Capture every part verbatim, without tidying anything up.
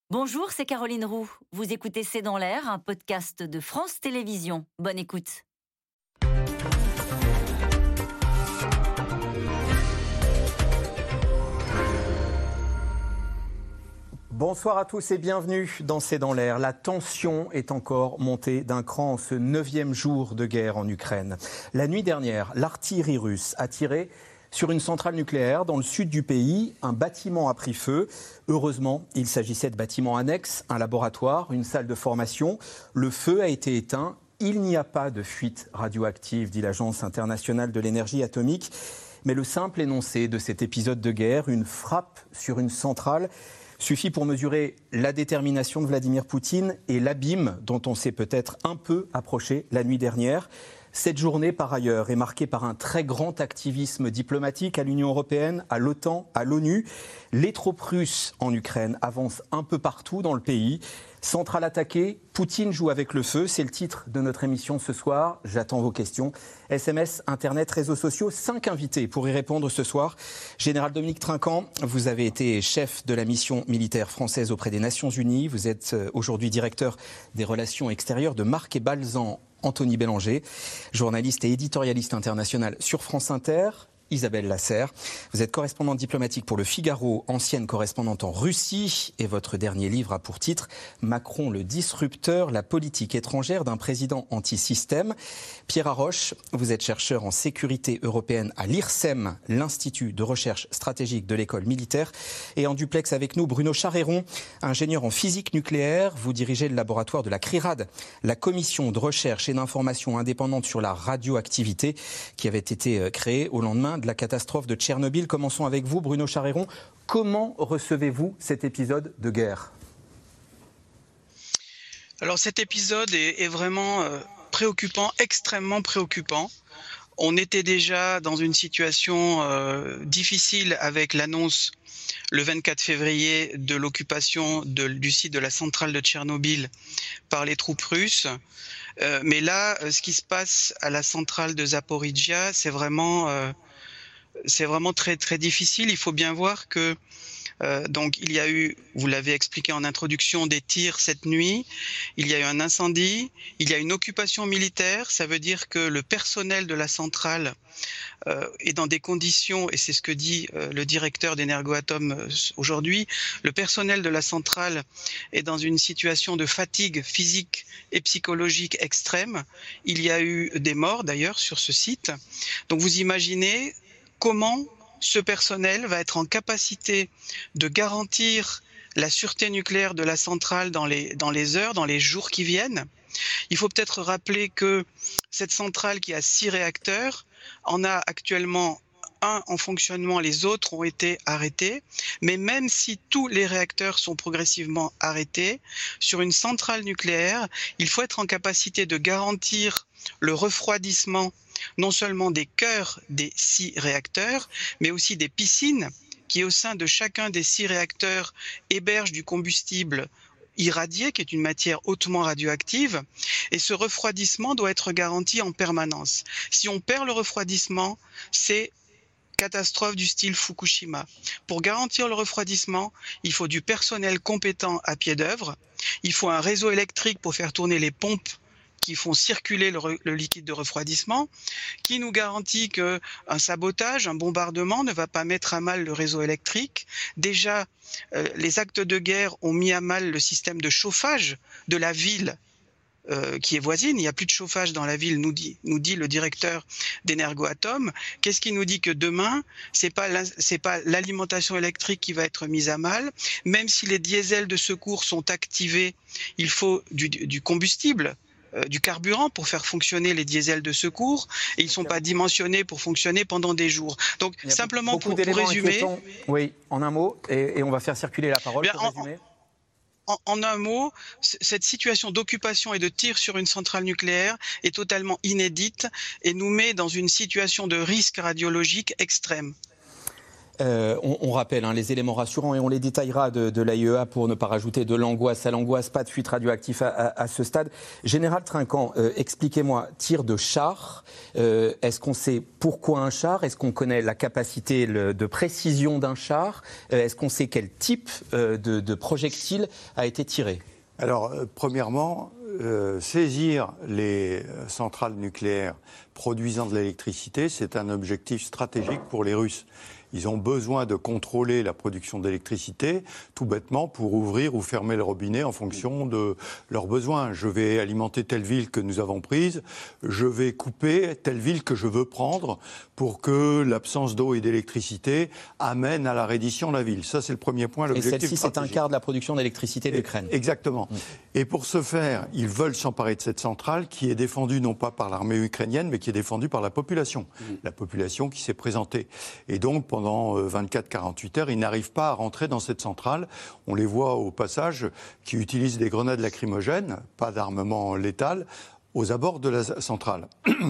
Bonjour, c'est Caroline Roux. Vous écoutez C'est dans l'air, un podcast de France Télévisions. Bonne écoute. Bonsoir à tous et bienvenue dans C'est dans l'air. La tension est encore montée d'un cran en ce neuvième jour de guerre en Ukraine. La nuit dernière, l'artillerie russe a tiré sur une centrale nucléaire dans le sud du pays. Un bâtiment a pris feu. Heureusement, il s'agissait de bâtiments annexes, un laboratoire, une salle de formation. Le feu a été éteint. Il n'y a pas de fuite radioactive, dit l'Agence internationale de l'énergie atomique. Mais le simple énoncé de cet épisode de guerre, une frappe sur une centrale, suffit pour mesurer la détermination de Vladimir Poutine et l'abîme dont on s'est peut-être un peu approché la nuit dernière. Cette journée, par ailleurs, est marquée par un très grand activisme diplomatique à l'Union européenne, à l'OTAN, à l'ONU. Les troupes russes en Ukraine avancent un peu partout dans le pays. Centrale attaquée, Poutine joue avec le feu. C'est le titre de notre émission ce soir. J'attends vos questions. S M S, Internet, réseaux sociaux. Cinq invités pour y répondre ce soir. Général Dominique Trinquant, vous avez été chef de la mission militaire française auprès des Nations Unies. Vous êtes aujourd'hui directeur des relations extérieures de Marc et Balzan. Anthony Bélanger, journaliste et éditorialiste international sur France Inter. Isabelle Lasserre, vous êtes correspondante diplomatique pour Le Figaro, ancienne correspondante en Russie, et votre dernier livre a pour titre « Macron le disrupteur, la politique étrangère d'un président anti-système ». Pierre Haroche, vous êtes chercheur en sécurité européenne à l'I R S E M, l'Institut de recherche stratégique de l'école militaire, et en duplex avec nous Bruno Charéron, ingénieur en physique nucléaire. Vous dirigez le laboratoire de la C R I R A D, la commission de recherche et d'information indépendante sur la radioactivité, qui avait été créée au lendemain de la catastrophe de Tchernobyl. Commençons avec vous, Bruno Charéron. Comment recevez-vous cet épisode de guerre ? Alors cet épisode est, est vraiment euh, préoccupant, extrêmement préoccupant. On était déjà dans une situation euh, difficile avec l'annonce le vingt-quatre février de l'occupation de, du site de la centrale de Tchernobyl par les troupes russes. Euh, mais là, ce qui se passe à la centrale de Zaporijia, c'est vraiment... Euh, C'est vraiment très très difficile. Il faut bien voir que euh, donc il y a eu, vous l'avez expliqué en introduction, des tirs cette nuit. Il y a eu un incendie. Il y a une occupation militaire. Ça veut dire que le personnel de la centrale euh, est dans des conditions, et c'est ce que dit euh, le directeur d'Energoatom euh, aujourd'hui. Le personnel de la centrale est dans une situation de fatigue physique et psychologique extrême. Il y a eu des morts d'ailleurs sur ce site. Donc vous imaginez comment ce personnel va être en capacité de garantir la sûreté nucléaire de la centrale dans les, dans les heures, dans les jours qui viennent. Il faut peut-être rappeler que cette centrale qui a six réacteurs en a actuellement un en fonctionnement, les autres ont été arrêtés. Mais même si tous les réacteurs sont progressivement arrêtés, sur une centrale nucléaire, il faut être en capacité de garantir le refroidissement non seulement des cœurs des six réacteurs, mais aussi des piscines qui, au sein de chacun des six réacteurs, hébergent du combustible irradié, qui est une matière hautement radioactive, et ce refroidissement doit être garanti en permanence. Si on perd le refroidissement, c'est catastrophe du style Fukushima. Pour garantir le refroidissement, il faut du personnel compétent à pied d'œuvre, il faut un réseau électrique pour faire tourner les pompes qui font circuler le, le liquide de refroidissement, qui nous garantit qu'un sabotage, un bombardement ne va pas mettre à mal le réseau électrique. Déjà, euh, les actes de guerre ont mis à mal le système de chauffage de la ville euh, qui est voisine. Il n'y a plus de chauffage dans la ville, nous dit, nous dit le directeur d'Energoatom. Qu'est-ce qui nous dit que demain, c'est pas la, c'est pas l'alimentation électrique qui va être mise à mal. Même si les diesels de secours sont activés, il faut du, du combustible, du carburant pour faire fonctionner les diesels de secours, et ils ne sont pas dimensionnés pour fonctionner pendant des jours. Donc simplement pour, pour résumer... Inquiétants. Oui, en un mot, et, et on va faire circuler la parole bien, pour en, résumer. En, en un mot, cette situation d'occupation et de tir sur une centrale nucléaire est totalement inédite et nous met dans une situation de risque radiologique extrême. Euh, on, on rappelle hein, les éléments rassurants et on les détaillera de, de l'A I E A pour ne pas rajouter de l'angoisse à l'angoisse. Pas de fuite radioactive à, à, à ce stade. Général Trinquant, euh, expliquez-moi, tir de char, euh, est-ce qu'on sait pourquoi un char? Est-ce qu'on connaît la capacité le, de précision d'un char? euh, Est-ce qu'on sait quel type euh, de, de projectile a été tiré? Alors, euh, premièrement, euh, saisir les centrales nucléaires produisant de l'électricité, c'est un objectif stratégique pour les Russes. Ils ont besoin de contrôler la production d'électricité, tout bêtement, pour ouvrir ou fermer le robinet en fonction de leurs besoins. Je vais alimenter telle ville que nous avons prise, je vais couper telle ville que je veux prendre pour que l'absence d'eau et d'électricité amène à la reddition de la ville. Ça, c'est le premier point. Et celle-ci, c'est un quart de la production d'électricité d'Ukraine. Exactement. Mmh. Et pour ce faire, ils veulent s'emparer de cette centrale qui est défendue non pas par l'armée ukrainienne, mais qui est défendue par la population. Mmh. La population qui s'est présentée. Et donc, pendant vingt-quatre à quarante-huit heures, ils n'arrivent pas à rentrer dans cette centrale. On les voit au passage qui utilisent des grenades lacrymogènes, pas d'armement létal, aux abords de la centrale.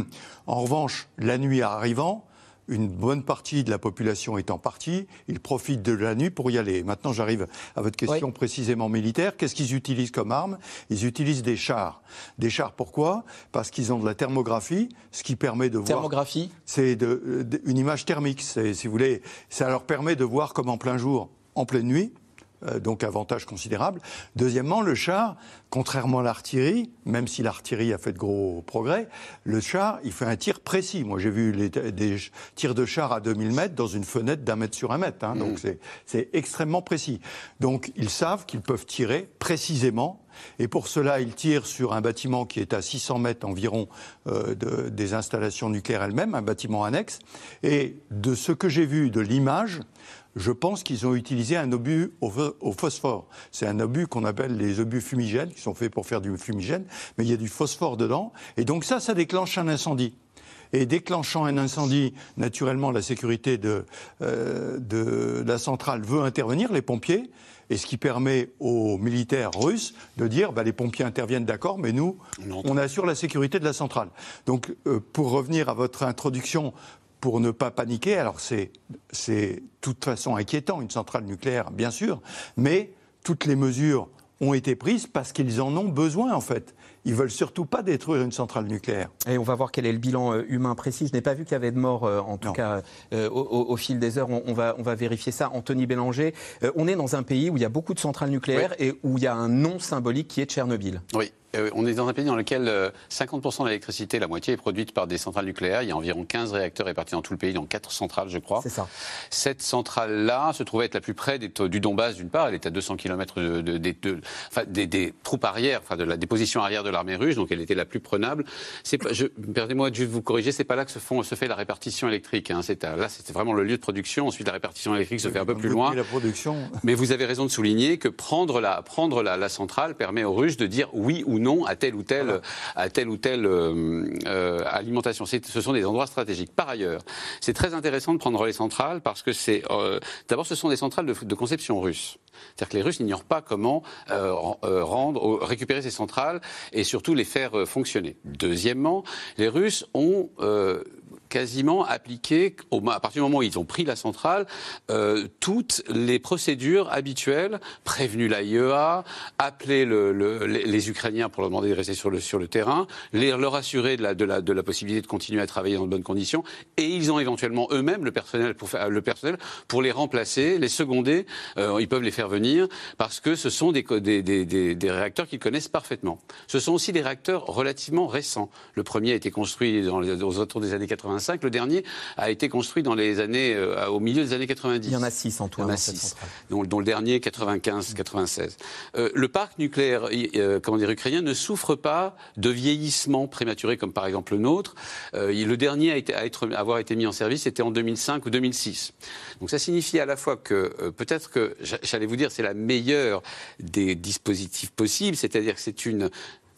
En revanche, la nuit arrivant, une bonne partie de la population étant partie, ils profitent de la nuit pour y aller. Maintenant, j'arrive à votre question oui. précisément militaire. Qu'est-ce qu'ils utilisent comme arme? Ils utilisent des chars. Des chars, pourquoi? Parce qu'ils ont de la thermographie, ce qui permet de thermographie. voir... C'est de, de, une image thermique, si vous voulez. Ça leur permet de voir comme en plein jour, en pleine nuit. Euh, donc avantage considérable. Deuxièmement, le char, contrairement à l'artillerie, même si l'artillerie a fait de gros progrès, le char, il fait un tir précis. Moi, j'ai vu les, des tirs de char à deux mille mètres dans une fenêtre d'un mètre sur un mètre. Hein, mmh. Donc c'est, c'est extrêmement précis. Donc ils savent qu'ils peuvent tirer précisément. Et pour cela, ils tirent sur un bâtiment qui est à six cents mètres environ euh, de, des installations nucléaires elles-mêmes, un bâtiment annexe. Et de ce que j'ai vu de l'image, je pense qu'ils ont utilisé un obus au, au phosphore. C'est un obus qu'on appelle les obus fumigènes, qui sont faits pour faire du fumigène, mais il y a du phosphore dedans. Et donc ça, ça déclenche un incendie. Et déclenchant un incendie, naturellement, la sécurité de, euh, de la centrale veut intervenir, les pompiers, et ce qui permet aux militaires russes de dire bah, les pompiers interviennent, d'accord, mais nous, non. on assure la sécurité de la centrale. Donc, euh, pour revenir à votre introduction, pour ne pas paniquer, alors c'est, c'est de toute façon inquiétant, une centrale nucléaire, bien sûr, mais toutes les mesures ont été prises parce qu'ils en ont besoin, en fait. Ils ne veulent surtout pas détruire une centrale nucléaire. Et on va voir quel est le bilan euh, humain précis. Je n'ai pas vu qu'il y avait de morts, euh, en tout non. cas, euh, au, au fil des heures. On, on, va, on va vérifier ça. Anthony Bélanger, euh, on est dans un pays où il y a beaucoup de centrales nucléaires oui. et où il y a un nom symbolique qui est Tchernobyl. Oui. Euh, on est dans un pays dans lequel euh, cinquante pour cent de l'électricité, la moitié, est produite par des centrales nucléaires. Il y a environ quinze réacteurs répartis dans tout le pays, dans quatre centrales, je crois. C'est ça. Cette centrale-là se trouvait être la plus près des, du Donbass, d'une part. Elle est à deux cents kilomètres de, de, de, de, enfin, des, des troupes arrière, enfin, de la des positions arrière de l'armée russe, donc elle était la plus prenable. C'est pas, je, permettez-moi de juste vous corriger, c'est pas là que se, font, se fait la répartition électrique. Hein. C'est à, là, c'était vraiment le lieu de production. Ensuite, la répartition électrique se fait un peu plus loin. La production. Mais vous avez raison de souligner que prendre la, prendre la, la centrale permet aux Russes de dire oui ou non à tel ou tel à telle ou telle euh, euh, alimentation. C'est, ce sont des endroits stratégiques. Par ailleurs, c'est très intéressant de prendre les centrales parce que c'est... Euh, d'abord, ce sont des centrales de, de conception russe. C'est-à-dire que les Russes n'ignorent pas comment euh, rendre, récupérer ces centrales et surtout les faire euh, fonctionner. Deuxièmement, les Russes ont... Euh, quasiment appliqué, au, à partir du moment où ils ont pris la centrale, euh, toutes les procédures habituelles, prévenu l'A I E A, appelé le, le, les, les Ukrainiens pour leur demander de rester sur le, sur le terrain, les, leur assurer de la, de, la, de la possibilité de continuer à travailler dans de bonnes conditions, et ils ont éventuellement eux-mêmes le personnel pour, faire, le personnel pour les remplacer, les seconder, euh, ils peuvent les faire venir, parce que ce sont des, des, des, des, des réacteurs qu'ils connaissent parfaitement. Ce sont aussi des réacteurs relativement récents. Le premier a été construit dans les, aux alentours des années quatre-vingt-cinq, le dernier a été construit dans les années, euh, au milieu des années quatre-vingt-dix. Il y en a six en tout. Il y en a six, dont, dont le dernier quatre-vingt-quinze quatre-vingt-seize. Euh, le parc nucléaire euh, comment dire, ukrainien ne souffre pas de vieillissement prématuré comme par exemple le nôtre. Euh, le dernier à, été, à être, avoir été mis en service c'était en deux mille cinq ou deux mille six. Donc ça signifie à la fois que euh, peut-être que, j'allais vous dire, c'est la meilleure des dispositifs possibles, c'est-à-dire que c'est une...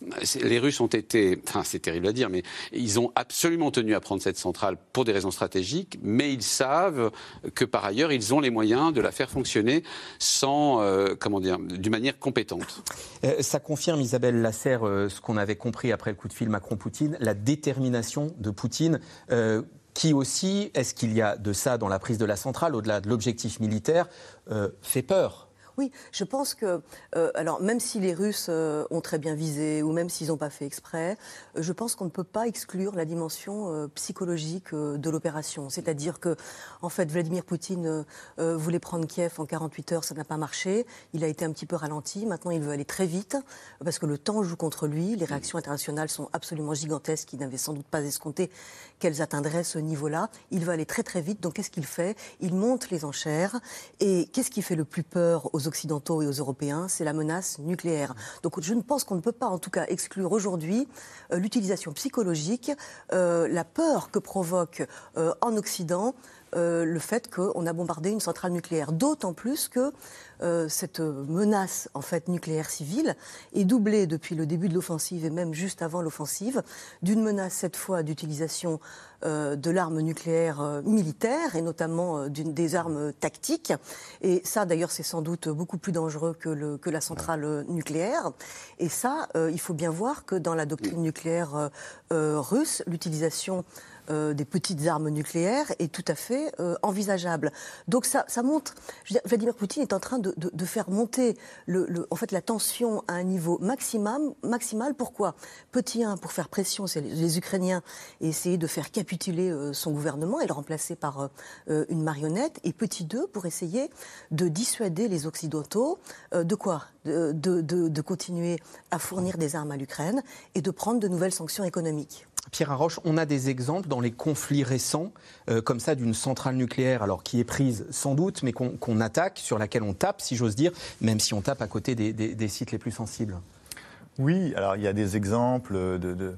Les Russes ont été, enfin c'est terrible à dire, mais ils ont absolument tenu à prendre cette centrale pour des raisons stratégiques, mais ils savent que par ailleurs ils ont les moyens de la faire fonctionner sans, euh, comment dire, d'une manière compétente. Euh, ça confirme, Isabelle Lasserre, euh, ce qu'on avait compris après le coup de fil Macron-Poutine, la détermination de Poutine. Euh, qui aussi, est-ce qu'il y a de ça dans la prise de la centrale, au-delà de l'objectif militaire, euh, fait peur ? Oui, je pense que, euh, alors même si les Russes euh, ont très bien visé, ou même s'ils n'ont pas fait exprès, euh, je pense qu'on ne peut pas exclure la dimension euh, psychologique euh, de l'opération. C'est-à-dire que, en fait, Vladimir Poutine euh, euh, voulait prendre Kiev en quarante-huit heures, ça n'a pas marché. Il a été un petit peu ralenti. Maintenant, il veut aller très vite, parce que le temps joue contre lui. Les réactions internationales sont absolument gigantesques. Il n'avait sans doute pas escompté qu'elles atteindraient ce niveau-là. Il veut aller très très vite. Donc, qu'est-ce qu'il fait ? Il monte les enchères. Et qu'est-ce qui fait le plus peur aux Occidentaux et aux Européens, c'est la menace nucléaire. Donc je ne pense qu'on ne peut pas en tout cas exclure aujourd'hui euh, l'utilisation psychologique, euh, la peur que provoque euh, en Occident Euh, le fait qu'on a bombardé une centrale nucléaire. D'autant plus que euh, cette menace en fait, nucléaire civile est doublée depuis le début de l'offensive et même juste avant l'offensive d'une menace cette fois d'utilisation euh, de l'arme nucléaire euh, militaire et notamment euh, d'une, des armes tactiques. Et ça d'ailleurs c'est sans doute beaucoup plus dangereux que, le, que la centrale euh, nucléaire. Et ça, euh, il faut bien voir que dans la doctrine nucléaire euh, euh, russe, l'utilisation Euh, des petites armes nucléaires est tout à fait euh, envisageable. Donc ça, ça montre... Je veux dire, Vladimir Poutine est en train de, de, de faire monter le, le, en fait, la tension à un niveau maximum, maximal. Pourquoi ? Petit un, pour faire pression sur les, les Ukrainiens et essayer de faire capituler euh, son gouvernement et le remplacer par euh, une marionnette. Et petit deux, pour essayer de dissuader les Occidentaux euh, de quoi ? de, de, de, de continuer à fournir des armes à l'Ukraine et de prendre de nouvelles sanctions économiques. Pierre Haroche, on a des exemples dans les conflits récents, euh, comme ça, d'une centrale nucléaire, alors qui est prise sans doute, mais qu'on, qu'on attaque, sur laquelle on tape, si j'ose dire, même si on tape à côté des, des, des sites les plus sensibles. Oui, alors il y a des exemples de, de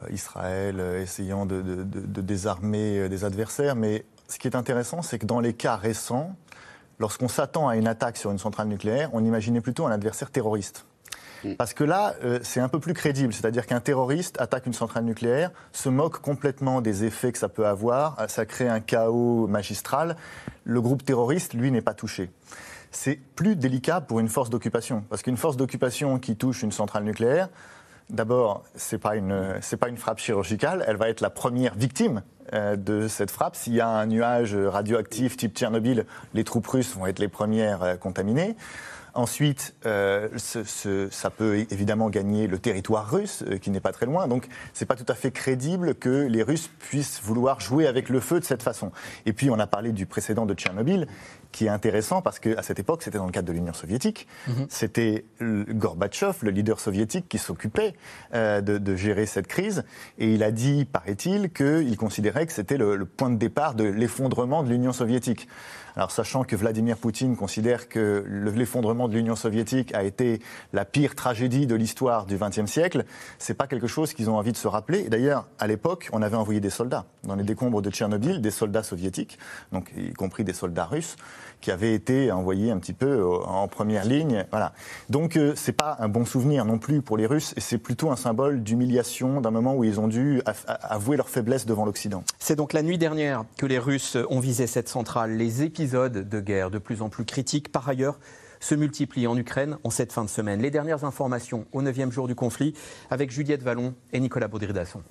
Israël essayant de, de, de, de désarmer des adversaires, mais ce qui est intéressant, c'est que dans les cas récents, lorsqu'on s'attend à une attaque sur une centrale nucléaire, on imaginait plutôt un adversaire terroriste. Parce que là, euh, c'est un peu plus crédible. C'est-à-dire qu'un terroriste attaque une centrale nucléaire, se moque complètement des effets que ça peut avoir, ça crée un chaos magistral. Le groupe terroriste, lui, n'est pas touché. C'est plus délicat pour une force d'occupation. Parce qu'une force d'occupation qui touche une centrale nucléaire, d'abord, ce n'est pas une, c'est pas une frappe chirurgicale, elle va être la première victime euh, de cette frappe. S'il y a un nuage radioactif type Tchernobyl, les troupes russes vont être les premières euh, contaminées. Ensuite, euh, ce, ce, ça peut évidemment gagner le territoire russe, euh, qui n'est pas très loin. Donc, ce n'est pas tout à fait crédible que les Russes puissent vouloir jouer avec le feu de cette façon. Et puis, on a parlé du précédent de Tchernobyl, qui est intéressant parce qu'à cette époque, c'était dans le cadre de l'Union soviétique. Mm-hmm. C'était Gorbatchev, le leader soviétique, qui s'occupait euh, de, de gérer cette crise. Et il a dit, paraît-il, qu'il considérait que c'était le, le point de départ de l'effondrement de l'Union soviétique. Alors, sachant que Vladimir Poutine considère que le, l'effondrement de l'Union soviétique a été la pire tragédie de l'histoire du vingtième siècle, c'est pas quelque chose qu'ils ont envie de se rappeler. Et d'ailleurs, à l'époque, on avait envoyé des soldats dans les décombres de Tchernobyl, des soldats soviétiques, donc y compris des soldats russes, qui avaient été envoyés un petit peu en première ligne. Voilà. Donc, euh, c'est pas un bon souvenir non plus pour les Russes, et c'est plutôt un symbole d'humiliation d'un moment où ils ont dû avouer leur faiblesse devant l'Occident. C'est donc la nuit dernière que les Russes ont visé cette centrale. Les épisodes de guerre de plus en plus critiques, par ailleurs, se multiplient en Ukraine en cette fin de semaine. Les dernières informations au neuvième jour du conflit avec Juliette Vallon et Nicolas Baudry-Dasson.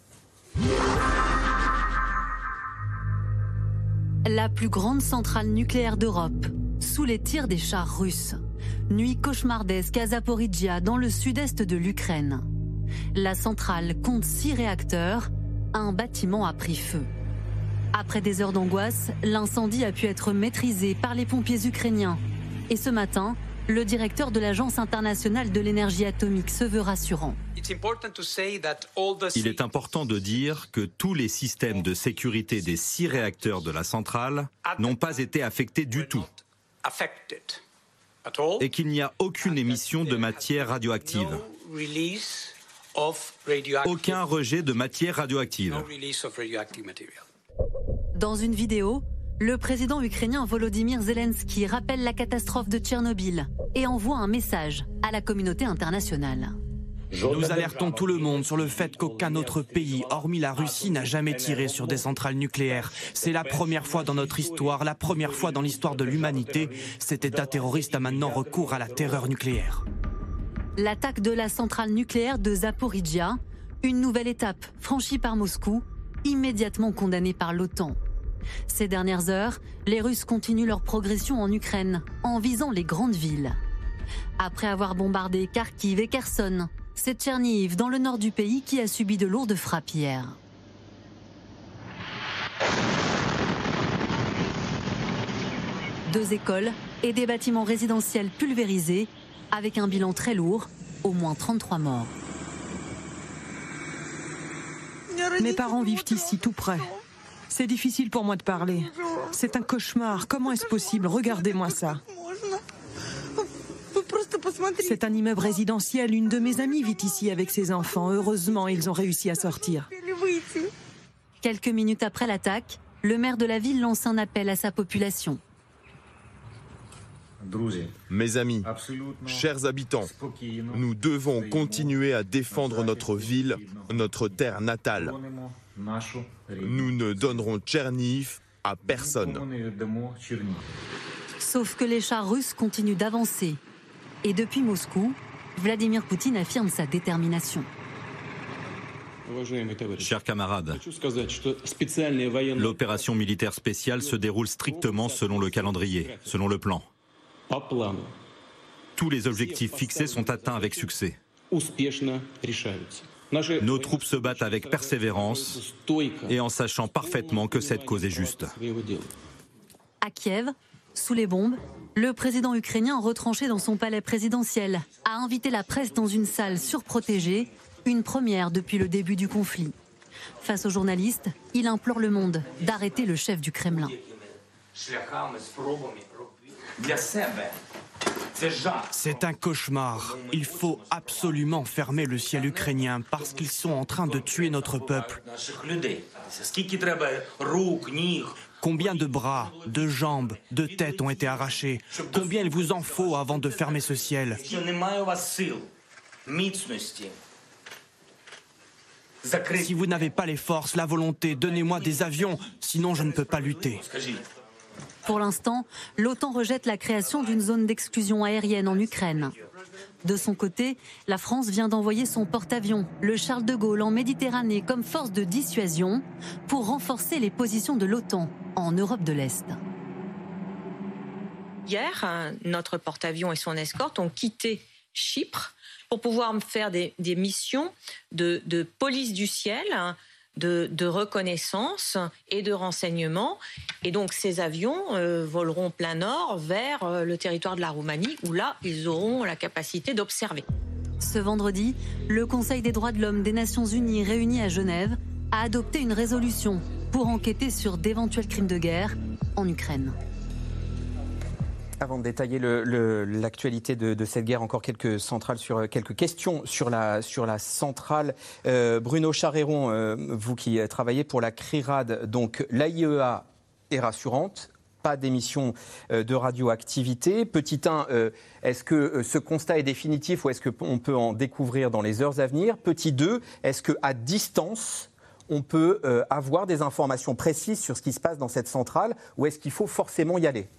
La plus grande centrale nucléaire d'Europe, sous les tirs des chars russes. Nuit cauchemardesque à Zaporijia, dans le sud-est de l'Ukraine. La centrale compte six réacteurs, un bâtiment a pris feu. Après des heures d'angoisse, l'incendie a pu être maîtrisé par les pompiers ukrainiens. Et ce matin, le directeur de l'Agence internationale de l'énergie atomique se veut rassurant. Il est important de dire que tous les systèmes de sécurité des six réacteurs de la centrale n'ont pas été affectés du tout. Et qu'il n'y a aucune émission de matière radioactive. Aucun rejet de matière radioactive. Dans une vidéo, le président ukrainien Volodymyr Zelensky rappelle la catastrophe de Tchernobyl et envoie un message à la communauté internationale. Nous alertons tout le monde sur le fait qu'aucun autre pays, hormis la Russie, n'a jamais tiré sur des centrales nucléaires. C'est la première fois dans notre histoire, la première fois dans l'histoire de l'humanité. Cet État terroriste a maintenant recours à la terreur nucléaire. L'attaque de la centrale nucléaire de Zaporijia, une nouvelle étape franchie par Moscou immédiatement condamné par l'OTAN. Ces dernières heures, les Russes continuent leur progression en Ukraine, en visant les grandes villes. Après avoir bombardé Kharkiv et Kherson, c'est Tchernihiv, dans le nord du pays, qui a subi de lourdes frappes hier. Deux écoles et des bâtiments résidentiels pulvérisés, avec un bilan très lourd, au moins trente-trois morts. Mes parents vivent ici, tout près. C'est difficile pour moi de parler. C'est un cauchemar. Comment est-ce possible? Regardez-moi ça. C'est un immeuble résidentiel. Une de mes amies vit ici avec ses enfants. Heureusement, ils ont réussi à sortir. Quelques minutes après l'attaque, le maire de la ville lance un appel à sa population. Mes amis, chers habitants, nous devons continuer à défendre notre ville, notre terre natale. Nous ne donnerons Tchernihiv à personne. Sauf que les chars russes continuent d'avancer. Et depuis Moscou, Vladimir Poutine affirme sa détermination. Chers camarades, l'opération militaire spéciale se déroule strictement selon le calendrier, selon le plan. Tous les objectifs fixés sont atteints avec succès. Nos troupes se battent avec persévérance et en sachant parfaitement que cette cause est juste. À Kiev, sous les bombes, le président ukrainien retranché dans son palais présidentiel a invité la presse dans une salle surprotégée, une première depuis le début du conflit. Face aux journalistes, il implore le monde d'arrêter le chef du Kremlin. C'est un cauchemar. Il faut absolument fermer le ciel ukrainien parce qu'ils sont en train de tuer notre peuple. Combien de bras, de jambes, de têtes ont été arrachés? Combien il vous en faut avant de fermer ce ciel? Si vous n'avez pas les forces, la volonté, donnez-moi des avions, sinon je ne peux pas lutter. Pour l'instant, l'OTAN rejette la création d'une zone d'exclusion aérienne en Ukraine. De son côté, la France vient d'envoyer son porte-avions, le Charles de Gaulle, en Méditerranée comme force de dissuasion pour renforcer les positions de l'OTAN en Europe de l'Est. Hier, notre porte-avions et son escorte ont quitté Chypre pour pouvoir faire des, des missions de, de police du ciel, De, de reconnaissance et de renseignement. Et donc ces avions euh, voleront plein nord vers euh, le territoire de la Roumanie où là, ils auront la capacité d'observer. Ce vendredi, le Conseil des droits de l'homme des Nations Unies réuni à Genève a adopté une résolution pour enquêter sur d'éventuels crimes de guerre en Ukraine. Avant de détailler le, le, l'actualité de, de cette guerre, encore quelques centrales sur quelques questions sur la sur la centrale. Euh, Bruno Charéron, euh, vous qui travaillez pour la CRIRAD, donc l'A I E A est rassurante. Pas d'émission de radioactivité. Petit un, euh, est-ce que ce constat est définitif ou est-ce qu'on peut en découvrir dans les heures à venir? Petit deux, est-ce qu'à distance, on peut euh, avoir des informations précises sur ce qui se passe dans cette centrale ou est-ce qu'il faut forcément y aller?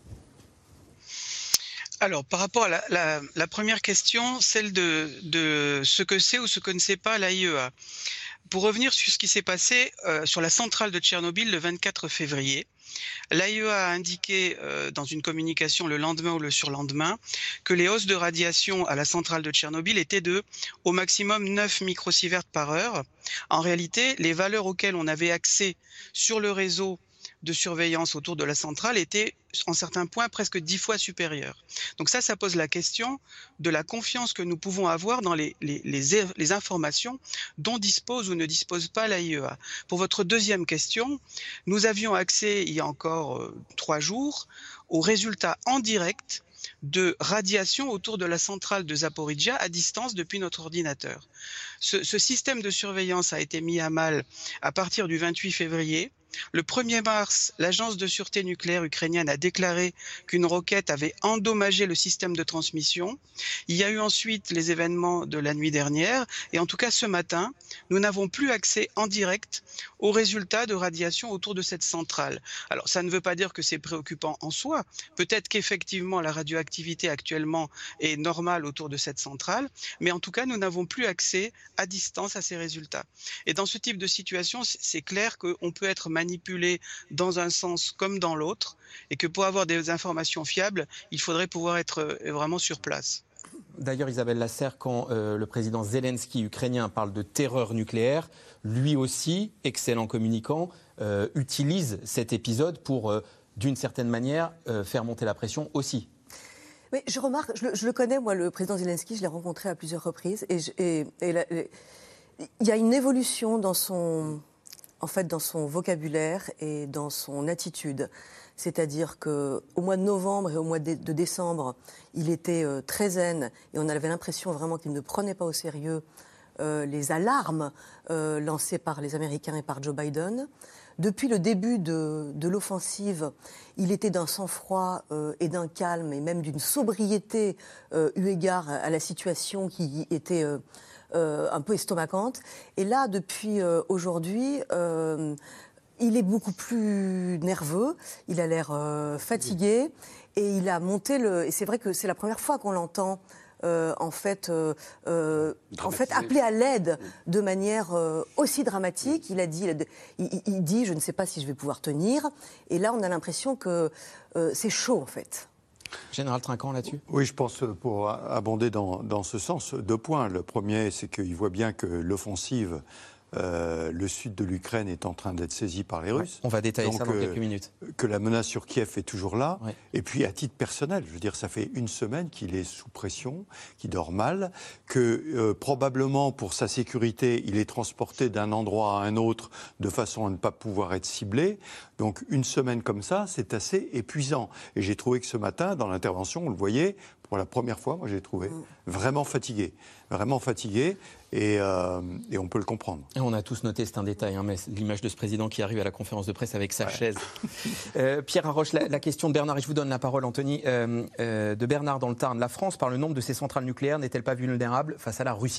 Alors, par rapport à la, la, la première question, celle de, de ce que c'est ou ce que ne sait pas l'A I E A. Pour revenir sur ce qui s'est passé euh, sur la centrale de Tchernobyl le vingt-quatre février, l'A I E A a indiqué euh, dans une communication le lendemain ou le surlendemain que les hausses de radiation à la centrale de Tchernobyl étaient de au maximum neuf microsieverts par heure. En réalité, les valeurs auxquelles on avait accès sur le réseau de surveillance autour de la centrale était en certains points presque dix fois supérieure. Donc ça, ça pose la question de la confiance que nous pouvons avoir dans les, les, les, les informations dont dispose ou ne dispose pas l'A I E A. Pour votre deuxième question, nous avions accès il y a encore euh, trois jours aux résultats en direct de radiation autour de la centrale de Zaporizhzhia à distance depuis notre ordinateur. Ce, ce système de surveillance a été mis à mal à partir du vingt-huit février. Le premier mars, l'agence de sûreté nucléaire ukrainienne a déclaré qu'une roquette avait endommagé le système de transmission. Il y a eu ensuite les événements de la nuit dernière et en tout cas ce matin, nous n'avons plus accès en direct aux résultats de radiation autour de cette centrale. Alors, ça ne veut pas dire que c'est préoccupant en soi. Peut-être qu'effectivement, la radioactivité actuellement est normale autour de cette centrale, mais en tout cas, nous n'avons plus accès à distance à ces résultats. Et dans ce type de situation, c'est clair qu'on peut être manipulé dans un sens comme dans l'autre, et que pour avoir des informations fiables, il faudrait pouvoir être vraiment sur place. D'ailleurs, Isabelle Lasserre, quand euh, le président Zelensky ukrainien parle de terreur nucléaire, lui aussi, excellent communicant, euh, utilise cet épisode pour, euh, d'une certaine manière, euh, faire monter la pression aussi. Mais je remarque, je le, je le connais, moi, le président Zelensky, je l'ai rencontré à plusieurs reprises, et, je, et, et la, et, il y a une évolution dans son, en fait, dans son vocabulaire et dans son attitude. C'est-à-dire qu'au mois de novembre et au mois de décembre, il était euh, très zen et on avait l'impression vraiment qu'il ne prenait pas au sérieux euh, les alarmes euh, lancées par les Américains et par Joe Biden. Depuis le début de, de l'offensive, il était d'un sang-froid euh, et d'un calme et même d'une sobriété euh, eu égard à la situation qui était euh, euh, un peu estomacante. Et là, depuis euh, aujourd'hui... Euh, il est beaucoup plus nerveux, il a l'air euh, fatigué et il a monté le... Et c'est vrai que c'est la première fois qu'on l'entend euh, en fait, euh, euh, en fait appeler à l'aide de manière euh, aussi dramatique. Il a dit, il, il, il dit, je ne sais pas si je vais pouvoir tenir. Et là, on a l'impression que euh, c'est chaud en fait. Général Trinquant, là-dessus ? Oui, je pense, pour abonder dans, dans ce sens, deux points. Le premier, c'est qu'il voit bien que l'offensive... Euh, le sud de l'Ukraine est en train d'être saisi par les Russes. Ouais, on va détailler Donc, ça dans euh, quelques minutes. Que la menace sur Kiev est toujours là. Ouais. Et puis, à titre personnel, je veux dire, ça fait une semaine qu'il est sous pression, qu'il dort mal, que euh, probablement pour sa sécurité, il est transporté d'un endroit à un autre de façon à ne pas pouvoir être ciblé. Donc, une semaine comme ça, c'est assez épuisant. Et j'ai trouvé que ce matin, dans l'intervention, on le voyait, pour la première fois, moi, j'ai trouvé vraiment fatigué. Vraiment fatigué. Et, euh, et on peut le comprendre. Et on a tous noté, c'est un détail, hein, mais l'image de ce président qui arrive à la conférence de presse avec sa ouais. chaise. euh, Pierre Haroche, la, la question de Bernard, et je vous donne la parole, Anthony, euh, euh, de Bernard dans le Tarn. La France, par le nombre de ses centrales nucléaires, n'est-elle pas vulnérable face à la Russie ?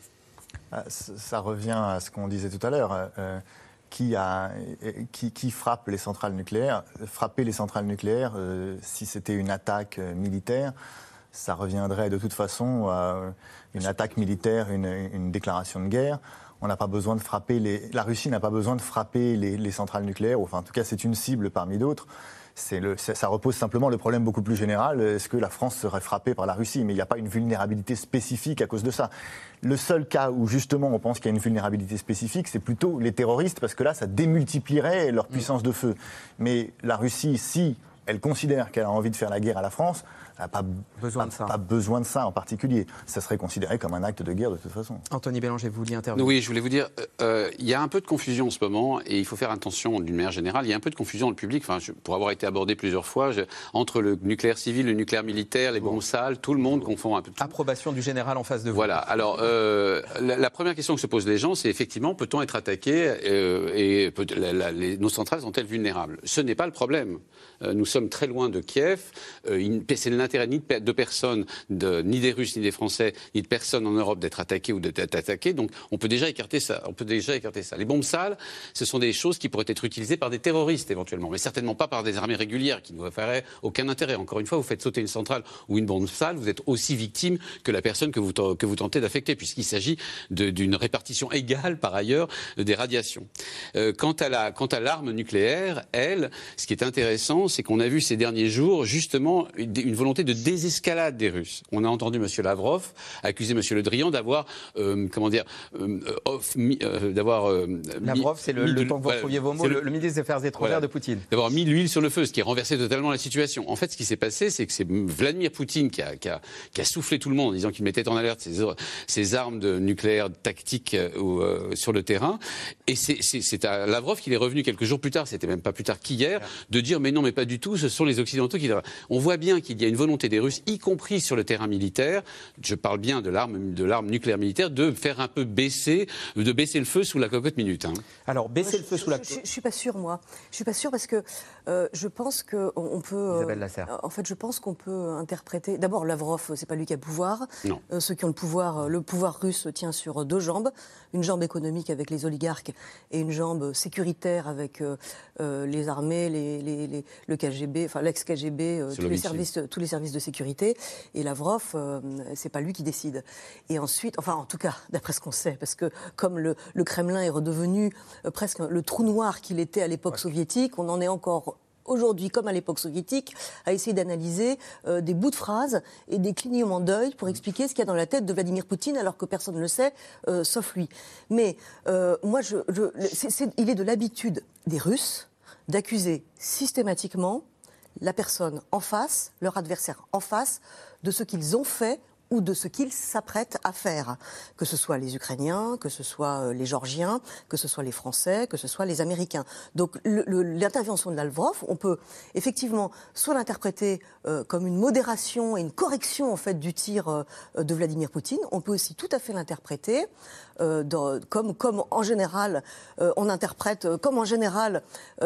ah, Ça revient à ce qu'on disait tout à l'heure. Euh, qui, a, qui, qui frappe les centrales nucléaires ? Frapper les centrales nucléaires, euh, si c'était une attaque militaire, ça reviendrait de toute façon à une attaque militaire, une, une déclaration de guerre. On n'a pas besoin de frapper les... La Russie n'a pas besoin de frapper les, les centrales nucléaires. Enfin, en tout cas, c'est une cible parmi d'autres. C'est le, ça repose simplement le problème beaucoup plus général. Est-ce que la France serait frappée par la Russie ? Mais il n'y a pas une vulnérabilité spécifique à cause de ça. Le seul cas où justement on pense qu'il y a une vulnérabilité spécifique, c'est plutôt les terroristes, parce que là, ça démultiplierait leur puissance de feu. Mais la Russie, si elle considère qu'elle a envie de faire la guerre à la France, elle n'a pas besoin, pas, de ça. pas besoin de ça en particulier. Ça serait considéré comme un acte de guerre de toute façon. Anthony Bélanger, vous vouliez intervenir ? Oui, je voulais vous dire, euh, il y a un peu de confusion en ce moment et il faut faire attention d'une manière générale. Il y a un peu de confusion dans le public, enfin, je, pour avoir été abordé plusieurs fois, je, entre le nucléaire civil, le nucléaire militaire, les bombes sales, tout le monde confond un peu tout. Approbation du général en face de vous. Voilà. Alors, euh, la, la première question que se posent les gens, c'est effectivement, peut-on être attaqué euh, et peut, la, la, les, nos centrales sont-elles vulnérables ? Ce n'est pas le problème. Euh, nous sommes très loin de Kiev. Euh, c'est l'intérêt ni de, de personne, de, ni des Russes, ni des Français, ni de personne en Europe d'être attaqués ou d'être attaqués. Donc, on peut déjà écarter ça. On peut déjà écarter ça. Les bombes sales, ce sont des choses qui pourraient être utilisées par des terroristes éventuellement, mais certainement pas par des armées régulières qui ne feraient aucun intérêt. Encore une fois, vous faites sauter une centrale ou une bombe sale, vous êtes aussi victime que la personne que vous, que vous tentez d'affecter, puisqu'il s'agit d'une répartition égale par ailleurs des radiations. Euh, quant à la, quant à l'arme nucléaire, elle, ce qui est intéressant, c'est qu'on a vu ces derniers jours justement une, une volonté de désescalade des Russes. On a entendu M. Lavrov accuser M. Le Drian d'avoir, euh, comment dire, euh, off, euh, d'avoir. Euh, Lavrov, c'est le, le temps que vous retrouviez vos mots, le, le ministre des Affaires étrangères voilà, de Poutine. D'avoir mis l'huile sur le feu, ce qui a renversé totalement la situation. En fait, ce qui s'est passé, c'est que c'est Vladimir Poutine qui a, qui, a, qui a soufflé tout le monde en disant qu'il mettait en alerte ses, ses armes de nucléaire tactiques euh, euh, sur le terrain. Et c'est à Lavrov qu'il est revenu quelques jours plus tard, c'était même pas plus tard qu'hier, de dire mais non, mais pas du tout, ce sont les Occidentaux qui. On voit bien qu'il y a une volonté volonté des Russes, y compris sur le terrain militaire, je parle bien de l'arme, de l'arme nucléaire militaire, de faire un peu baisser, de baisser le feu sous la cocotte minute. Hein. Alors, baisser le feu je, sous la... Je ne suis pas sûre, moi. Je suis pas sûre parce que euh, je pense qu'on on peut... Isabelle Lasserre. Euh, en fait, je pense qu'on peut interpréter... D'abord, Lavrov, c'est pas lui qui a le pouvoir. Non. Euh, ceux qui ont le pouvoir, le pouvoir russe tient sur deux jambes. Une jambe économique avec les oligarques et une jambe sécuritaire avec euh, euh, les armées, les, les, les, le K G B, enfin l'ex-K G B, euh, tous, les services, tous les services de sécurité. Et Lavrov, euh, c'est pas lui qui décide. Et ensuite, enfin en tout cas, d'après ce qu'on sait, parce que comme le, le Kremlin est redevenu euh, presque le trou noir qu'il était à l'époque ouais. soviétique, on en est encore... aujourd'hui, comme à l'époque soviétique, à essayer d'analyser euh, des bouts de phrases et des clignements d'œil pour expliquer ce qu'il y a dans la tête de Vladimir Poutine, alors que personne ne le sait, euh, sauf lui. Mais euh, moi, je, je, c'est, c'est, il est de l'habitude des Russes d'accuser systématiquement la personne en face, leur adversaire en face, de ce qu'ils ont fait ou de ce qu'ils s'apprêtent à faire, que ce soit les Ukrainiens, que ce soit les Géorgiens, que ce soit les Français, que ce soit les Américains. Donc le, le, l'intervention de Lavrov, on peut effectivement soit l'interpréter euh, comme une modération et une correction en fait du tir euh, de Vladimir Poutine, on peut aussi tout à fait l'interpréter euh, dans, comme, comme en général euh, on interprète, comme en général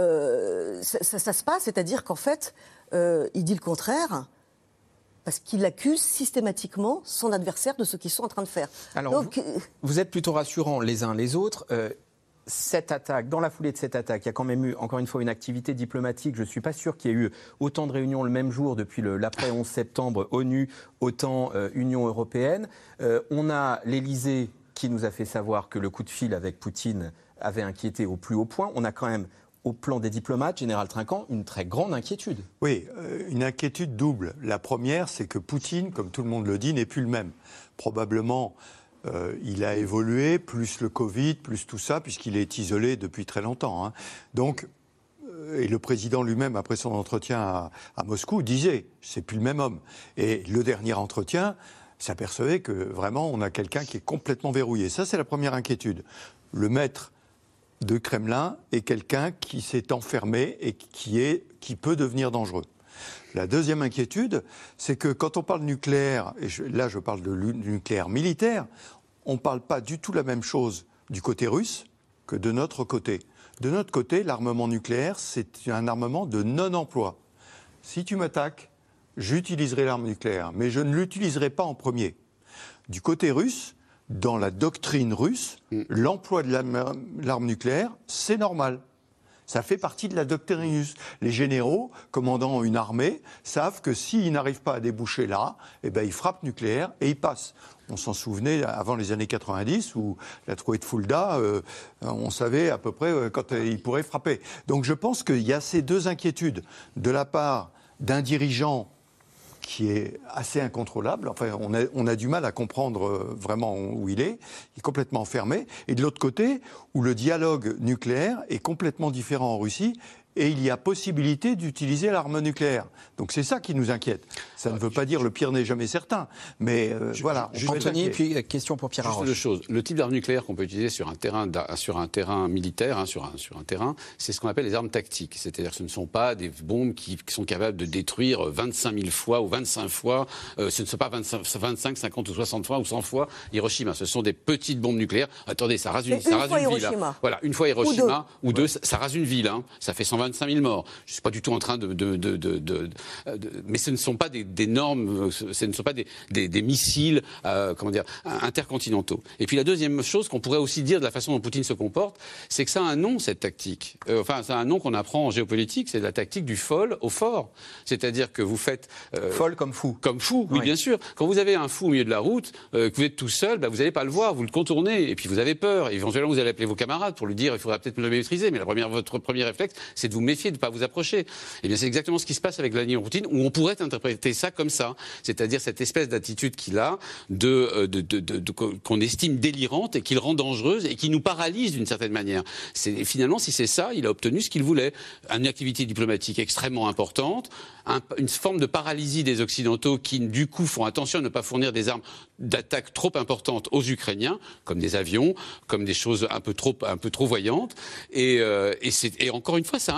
euh, ça, ça, ça se passe, c'est-à-dire qu'en fait euh, il dit le contraire. Parce qu'il accuse systématiquement son adversaire de ce qu'ils sont en train de faire. Alors, Donc, vous, vous êtes plutôt rassurants les uns les autres. Euh, cette attaque, dans la foulée de cette attaque, il y a quand même eu, encore une fois, une activité diplomatique. Je ne suis pas sûr qu'il y ait eu autant de réunions le même jour depuis le, l'après onze septembre, ONU, autant euh, Union européenne. Euh, on a l'Élysée qui nous a fait savoir que le coup de fil avec Poutine avait inquiété au plus haut point. On a quand même... au plan des diplomates, Général Trinquant, une très grande inquiétude. Oui, euh, une inquiétude double. La première, c'est que Poutine, comme tout le monde le dit, n'est plus le même. Probablement, euh, il a évolué, plus le Covid, plus tout ça, puisqu'il est isolé depuis très longtemps. Hein. Donc, euh, et le président lui-même, après son entretien à, à Moscou, disait « c'est plus le même homme ». Et le dernier entretien s'apercevait que vraiment, on a quelqu'un qui est complètement verrouillé. Ça, c'est la première inquiétude. Le maître de Kremlin est quelqu'un qui s'est enfermé et qui, est, qui peut devenir dangereux. La deuxième inquiétude, c'est que quand on parle nucléaire, et je, là je parle de nucléaire militaire, on ne parle pas du tout la même chose du côté russe que de notre côté. De notre côté, l'armement nucléaire, c'est un armement de non-emploi. Si tu m'attaques, j'utiliserai l'arme nucléaire, mais je ne l'utiliserai pas en premier. Du côté russe, dans la doctrine russe, mm. l'emploi de l'arme, l'arme nucléaire, c'est normal. Ça fait partie de la doctrine russe. Les généraux, commandant une armée, savent que s'ils n'arrivent pas à déboucher là, eh ben, ils frappent nucléaire et ils passent. On s'en souvenait avant les années quatre-vingt-dix, où la trouée de Fulda, euh, on savait à peu près euh, quand euh, ils pourraient frapper. Donc je pense qu'il y a ces deux inquiétudes de la part d'un dirigeant qui est assez incontrôlable. Enfin, on a, on a du mal à comprendre vraiment où il est. Il est complètement enfermé. Et de l'autre côté, où le dialogue nucléaire est complètement différent en Russie, et il y a possibilité d'utiliser l'arme nucléaire. Donc c'est ça qui nous inquiète. Ça ne veut pas dire le pire n'est jamais certain, mais euh, je, voilà. Je, Anthony, et puis question pour Pierre Arroche. Juste deux choses. Le type d'arme nucléaire qu'on peut utiliser sur un terrain, sur un terrain militaire, hein, sur, un, sur un terrain, c'est ce qu'on appelle les armes tactiques. C'est-à-dire que ce ne sont pas des bombes qui, qui sont capables de détruire vingt-cinq mille fois ou vingt-cinq fois. Euh, ce ne sont pas vingt-cinq, vingt-cinq, cinquante ou soixante fois ou cent fois Hiroshima. Ce sont des petites bombes nucléaires. Attendez, ça rase une, ça rase une ville. Hein. Voilà, une fois Hiroshima ou deux, ou deux ça, ça rase une ville. Hein. Ça fait cent vingt-cinq mille morts. Je ne suis pas du tout en train de... de, de, de, de, de mais ce ne sont pas des, des normes, ce ne sont pas des, des, des missiles euh, comment dire, intercontinentaux. Et puis la deuxième chose qu'on pourrait aussi dire de la façon dont Poutine se comporte, c'est que ça a un nom, cette tactique. Euh, enfin, ça a un nom qu'on apprend en géopolitique, c'est la tactique du fol au fort. C'est-à-dire que vous faites... Euh, Folle comme fou. Comme fou, oui, oui, bien sûr. Quand vous avez un fou au milieu de la route, euh, que vous êtes tout seul, bah, vous n'allez pas le voir, vous le contournez, et puis vous avez peur. Et éventuellement, vous allez appeler vos camarades pour lui dire, il faudra peut-être me le maîtriser, mais la première, votre premier réflexe, c'est de vous méfier, de ne pas vous approcher. Eh bien, c'est exactement ce qui se passe avec Vladimir Poutine, où on pourrait interpréter ça comme ça. C'est-à-dire cette espèce d'attitude qu'il a, de, de, de, de, de, qu'on estime délirante et qu'il rend dangereuse et qui nous paralyse d'une certaine manière. C'est, finalement, si c'est ça, il a obtenu ce qu'il voulait. Une activité diplomatique extrêmement importante, un, une forme de paralysie des Occidentaux qui, du coup, font attention à ne pas fournir des armes d'attaque trop importantes aux Ukrainiens, comme des avions, comme des choses un peu trop, un peu trop voyantes. Et, euh, et, c'est, et encore une fois, ça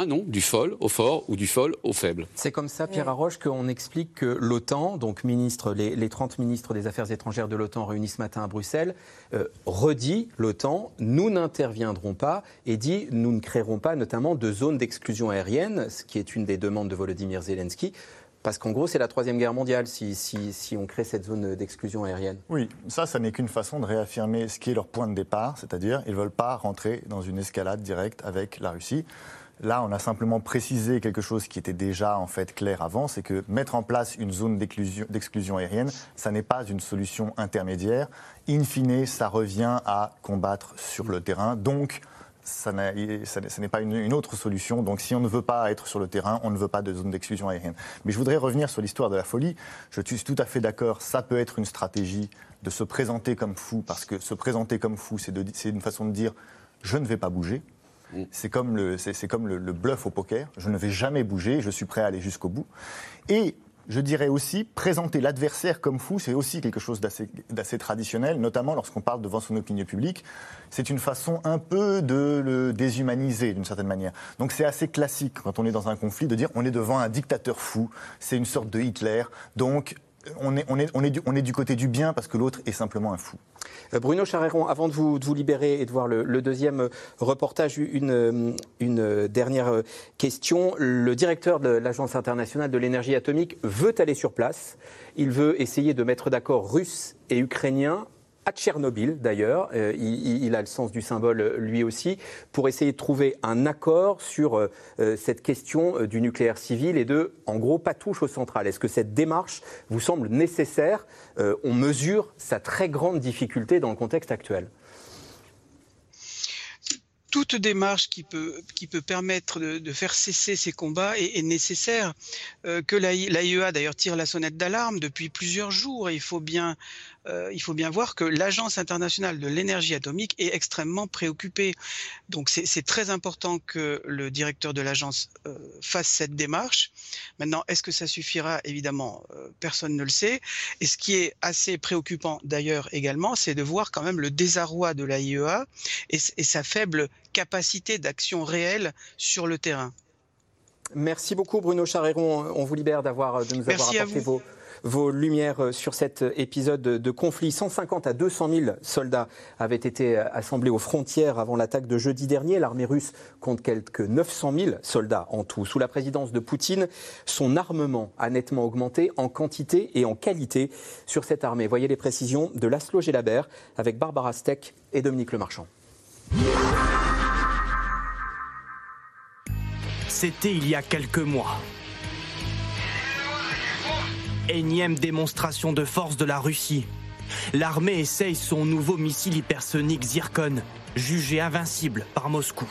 terrain, non, du fol au fort ou du fol au faible. C'est comme ça, Pierre Haroche, qu'on explique que l'OTAN, donc ministre, les, les trente ministres des Affaires étrangères de l'OTAN réunis ce matin à Bruxelles, euh, redit l'OTAN, nous n'interviendrons pas et dit nous ne créerons pas notamment de zones d'exclusion aérienne, ce qui est une des demandes de Volodymyr Zelensky. Parce qu'en gros, c'est la Troisième Guerre mondiale si, si, si on crée cette zone d'exclusion aérienne. Oui, ça, ça n'est qu'une façon de réaffirmer ce qui est leur point de départ, c'est-à-dire ils ne veulent pas rentrer dans une escalade directe avec la Russie. Là, on a simplement précisé quelque chose qui était déjà en fait clair avant, c'est que mettre en place une zone d'exclusion aérienne, ça n'est pas une solution intermédiaire. In fine, ça revient à combattre sur le terrain. Donc, Ça, ça, ce n'est pas une, une autre solution. Donc si on ne veut pas être sur le terrain, on ne veut pas de zone d'exclusion aérienne. Mais je voudrais revenir sur l'histoire de la folie. Je suis tout à fait d'accord, ça peut être une stratégie de se présenter comme fou, parce que se présenter comme fou, c'est, de, c'est une façon de dire « je ne vais pas bouger ». C'est comme, le, c'est, c'est comme le, le bluff au poker. Je ne vais jamais bouger, je suis prêt à aller jusqu'au bout. Et je dirais aussi, présenter l'adversaire comme fou, c'est aussi quelque chose d'assez, d'assez traditionnel, notamment lorsqu'on parle devant son opinion publique. C'est une façon un peu de le déshumaniser, d'une certaine manière. Donc c'est assez classique, quand on est dans un conflit, de dire on est devant un dictateur fou, c'est une sorte de Hitler, donc on est, on est, on est, du, on est du côté du bien parce que l'autre est simplement un fou. Bruno Charéron, avant de vous, de vous libérer et de voir le, le deuxième reportage, une, une dernière question. Le directeur de l'Agence internationale de l'énergie atomique veut aller sur place. Il veut essayer de mettre d'accord Russes et Ukrainiens, à Tchernobyl d'ailleurs, euh, il, il a le sens du symbole lui aussi, pour essayer de trouver un accord sur euh, cette question euh, du nucléaire civil et de, en gros, pas touche aux centrales. Est-ce que cette démarche vous semble nécessaire ? euh, On mesure sa très grande difficulté dans le contexte actuel. Toute démarche qui peut, qui peut permettre de, de faire cesser ces combats est, est nécessaire. Euh, que l'A I E A d'ailleurs tire la sonnette d'alarme depuis plusieurs jours. Et il faut bien, euh, il faut bien voir que l'Agence internationale de l'énergie atomique est extrêmement préoccupée. Donc c'est, c'est très important que le directeur de l'agence euh, fasse cette démarche. Maintenant, est-ce que ça suffira ? Évidemment, euh, personne ne le sait. Et ce qui est assez préoccupant d'ailleurs également, c'est de voir quand même le désarroi de l'A I E A et, et sa faible capacité d'action réelle sur le terrain. Merci beaucoup Bruno Charéron, on vous libère d'avoir, de nous avoir Merci apporté vos, vos lumières sur cet épisode de conflit. cent cinquante à deux cent mille soldats avaient été assemblés aux frontières avant l'attaque de jeudi dernier. L'armée russe compte quelques neuf cent mille soldats en tout. Sous la présidence de Poutine, son armement a nettement augmenté en quantité et en qualité sur cette armée. Voyez les précisions de Laszlo Gelabert avec Barbara Steck et Dominique Lemarchand. C'était il y a quelques mois. Énième démonstration de force de la Russie. L'armée essaye son nouveau missile hypersonique Zircon, jugé invincible par Moscou.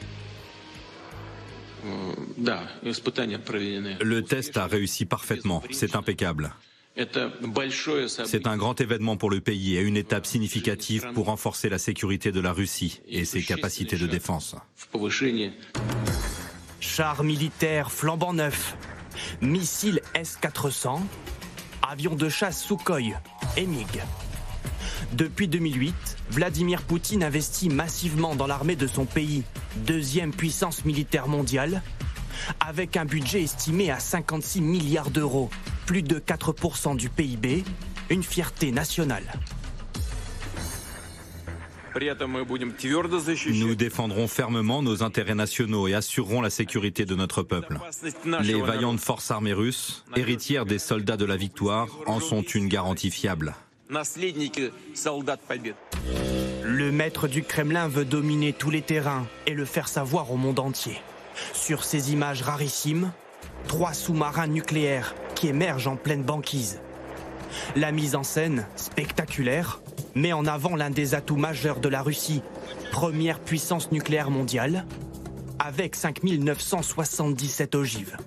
Le test a réussi parfaitement, c'est impeccable. C'est un grand événement pour le pays et une étape significative pour renforcer la sécurité de la Russie et ses capacités de défense. Chars militaires flambant neufs, missiles S quatre cents, avions de chasse Sukhoi et MiG. Depuis deux mille huit, Vladimir Poutine investit massivement dans l'armée de son pays, deuxième puissance militaire mondiale, avec un budget estimé à cinquante-six milliards d'euros, plus de quatre pour cent du P I B, une fierté nationale. Nous défendrons fermement nos intérêts nationaux et assurerons la sécurité de notre peuple. Les vaillantes forces armées russes, héritières des soldats de la victoire, en sont une garantie fiable. Le maître du Kremlin veut dominer tous les terrains et le faire savoir au monde entier. Sur ces images rarissimes, trois sous-marins nucléaires qui émergent en pleine banquise. La mise en scène, spectaculaire, met en avant l'un des atouts majeurs de la Russie, première puissance nucléaire mondiale, avec cinq mille neuf cent soixante-dix-sept ogives.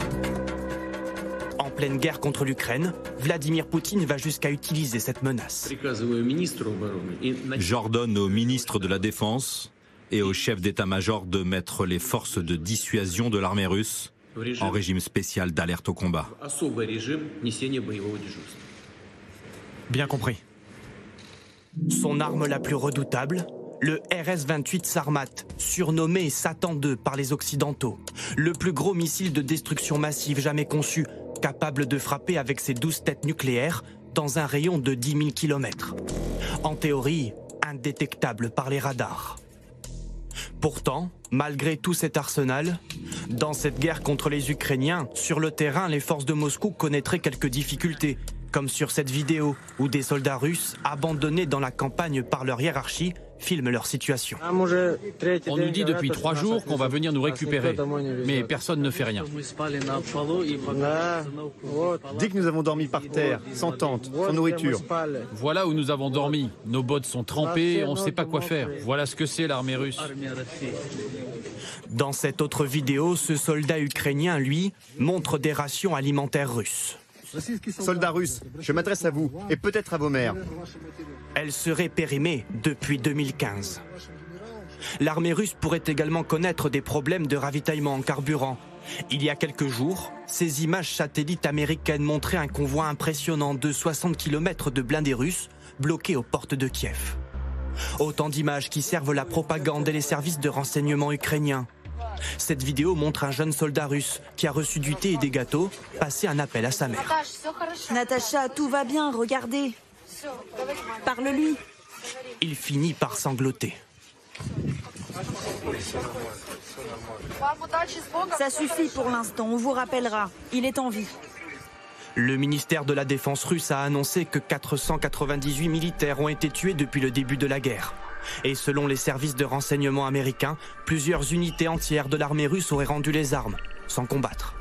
En pleine guerre contre l'Ukraine, Vladimir Poutine va jusqu'à utiliser cette menace. J'ordonne au ministre de la Défense et au chef d'état-major de mettre les forces de dissuasion de l'armée russe en régime spécial d'alerte au combat. Bien compris. Son arme la plus redoutable, Le R S vingt-huit Sarmat, surnommé Satan deux par les Occidentaux. Le plus gros missile de destruction massive jamais conçu, capable de frapper avec ses douze têtes nucléaires dans un rayon de dix mille kilomètres. En théorie, indétectable par les radars. Pourtant, malgré tout cet arsenal, dans cette guerre contre les Ukrainiens, sur le terrain, les forces de Moscou connaîtraient quelques difficultés, comme sur cette vidéo où des soldats russes, abandonnés dans la campagne par leur hiérarchie, filment leur situation. On nous dit depuis trois jours qu'on va venir nous récupérer, mais personne ne fait rien. Dit que nous avons dormi par terre, sans tente, sans nourriture. Voilà où nous avons dormi. Nos bottes sont trempées, on ne sait pas quoi faire. Voilà ce que c'est l'armée russe. Dans cette autre vidéo, ce soldat ukrainien, lui, montre des rations alimentaires russes. Soldats russes, je m'adresse à vous et peut-être à vos mères. Elle serait périmée depuis deux mille quinze. L'armée russe pourrait également connaître des problèmes de ravitaillement en carburant. Il y a quelques jours, ces images satellites américaines montraient un convoi impressionnant de soixante kilomètres de blindés russes bloqués aux portes de Kiev. Autant d'images qui servent la propagande et les services de renseignement ukrainiens. Cette vidéo montre un jeune soldat russe qui a reçu du thé et des gâteaux passer un appel à sa mère. Natacha, tout va bien, regardez. Parle-lui. Il finit par sangloter. Ça suffit pour l'instant, on vous rappellera. Il est en vie. Le ministère de la Défense russe a annoncé que quatre cent quatre-vingt-dix-huit militaires ont été tués depuis le début de la guerre. Et selon les services de renseignement américains, plusieurs unités entières de l'armée russe auraient rendu les armes, sans combattre.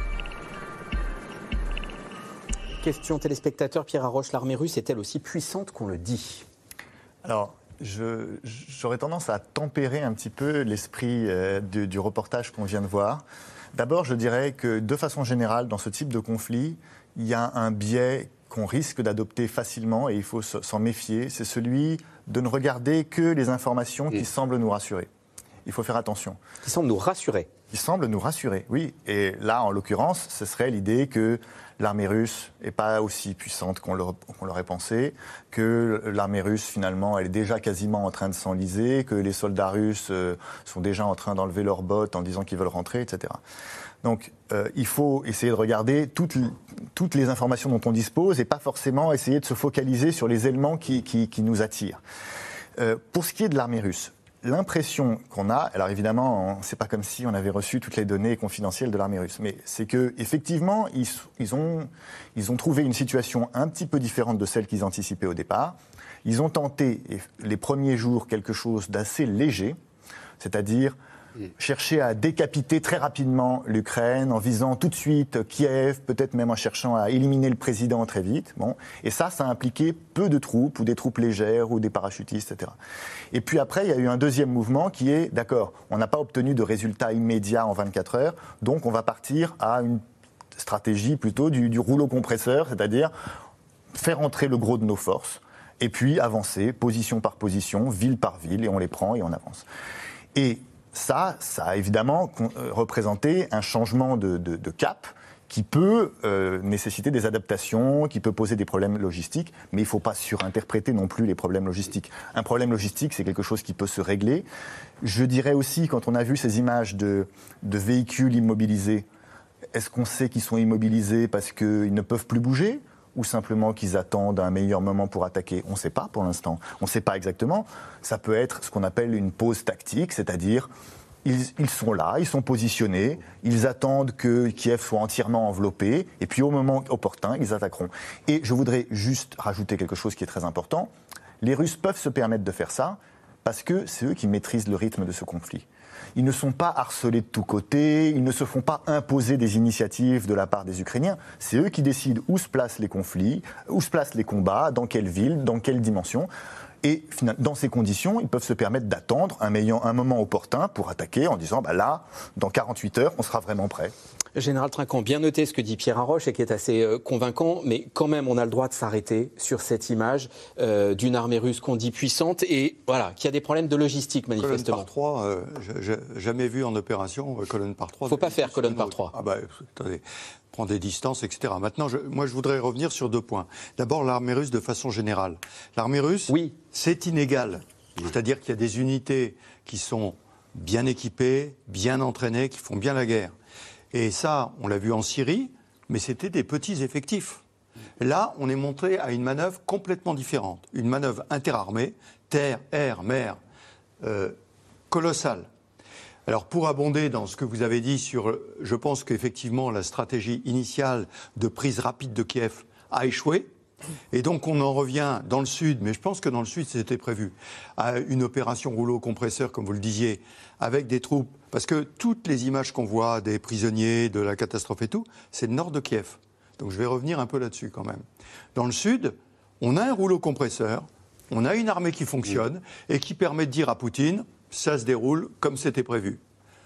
Question téléspectateur, Pierre Haroche, l'armée russe est-elle aussi puissante qu'on le dit? Alors, je, j'aurais tendance à tempérer un petit peu l'esprit euh, du, du reportage qu'on vient de voir. D'abord, je dirais que de façon générale, dans ce type de conflit, il y a un biais qu'on risque d'adopter facilement et il faut s'en méfier, c'est celui de ne regarder que les informations qui mmh. semblent nous rassurer. Il faut faire attention. Qui semblent nous rassurer. Qui semblent nous rassurer, oui. Et là, en l'occurrence, ce serait l'idée que l'armée russe n'est pas aussi puissante qu'on l'aurait pensé, que l'armée russe, finalement, elle est déjà quasiment en train de s'enliser, que les soldats russes euh, sont déjà en train d'enlever leurs bottes en disant qu'ils veulent rentrer, et cetera. Donc, euh, il faut essayer de regarder toutes, toutes les informations dont on dispose et pas forcément essayer de se focaliser sur les éléments qui, qui, qui nous attirent. Euh, pour ce qui est de l'armée russe, l'impression qu'on a, alors évidemment, c'est pas comme si on avait reçu toutes les données confidentielles de l'armée russe, mais c'est que effectivement, ils, ils, ont, ils ont trouvé une situation un petit peu différente de celle qu'ils anticipaient au départ. Ils ont tenté les premiers jours quelque chose d'assez léger, c'est-à-dire chercher à décapiter très rapidement l'Ukraine en visant tout de suite Kiev, peut-être même en cherchant à éliminer le président très vite. Bon. Et ça, ça a impliqué peu de troupes, ou des troupes légères, ou des parachutistes, et cetera. Et puis après, il y a eu un deuxième mouvement qui est, d'accord, on n'a pas obtenu de résultats immédiats en vingt-quatre heures, donc on va partir à une stratégie plutôt du, du rouleau compresseur, c'est-à-dire faire entrer le gros de nos forces, et puis avancer, position par position, ville par ville, et on les prend et on avance. Et Ça, ça a évidemment représenté un changement de, de, de cap qui peut euh, nécessiter des adaptations, qui peut poser des problèmes logistiques, mais il ne faut pas surinterpréter non plus les problèmes logistiques. Un problème logistique, c'est quelque chose qui peut se régler. Je dirais aussi, quand on a vu ces images de, de véhicules immobilisés, est-ce qu'on sait qu'ils sont immobilisés parce qu'ils ne peuvent plus bouger ? Ou simplement qu'ils attendent un meilleur moment pour attaquer? On ne sait pas pour l'instant. On ne sait pas exactement. Ça peut être ce qu'on appelle une pause tactique, c'est-à-dire ils, ils sont là, ils sont positionnés, ils attendent que Kiev soit entièrement enveloppé, et puis au moment opportun, ils attaqueront. Et je voudrais juste rajouter quelque chose qui est très important. Les Russes peuvent se permettre de faire ça parce que c'est eux qui maîtrisent le rythme de ce conflit. Ils ne sont pas harcelés de tous côtés, ils ne se font pas imposer des initiatives de la part des Ukrainiens. C'est eux qui décident où se placent les conflits, où se placent les combats, dans quelle ville, dans quelle dimension. Et dans ces conditions, ils peuvent se permettre d'attendre un, meilleur, un moment opportun pour attaquer en disant bah là, dans quarante-huit heures, on sera vraiment prêt. Général Trinquant, bien noté ce que dit Pierre Haroche et qui est assez euh, convaincant, mais quand même on a le droit de s'arrêter sur cette image euh, d'une armée russe qu'on dit puissante et voilà, qui a des problèmes de logistique manifestement. Colonne par trois, euh, j'ai jamais vu en opération euh, colonne par trois. Il ne faut pas faire colonne par trois. Ah bah, attendez, prendre des distances, et cetera. Maintenant, je, moi je voudrais revenir sur deux points. D'abord l'armée russe de façon générale. L'armée russe, oui. c'est inégal. C'est-à-dire qu'il y a des unités qui sont bien équipées, bien entraînées, qui font bien la guerre. Et ça, on l'a vu en Syrie, mais c'était des petits effectifs. Là, on est monté à une manœuvre complètement différente. Une manœuvre interarmée, terre, air, mer, euh, colossale. Alors, pour abonder dans ce que vous avez dit sur... Je pense qu'effectivement, la stratégie initiale de prise rapide de Kiev a échoué. Et donc, on en revient dans le sud, mais je pense que dans le sud, c'était prévu, à une opération rouleau compresseur, comme vous le disiez, avec des troupes. Parce que toutes les images qu'on voit des prisonniers, de la catastrophe et tout, c'est le nord de Kiev. Donc, je vais revenir un peu là-dessus quand même. Dans le sud, on a un rouleau compresseur, on a une armée qui fonctionne et qui permet de dire à Poutine... ça se déroule comme c'était prévu.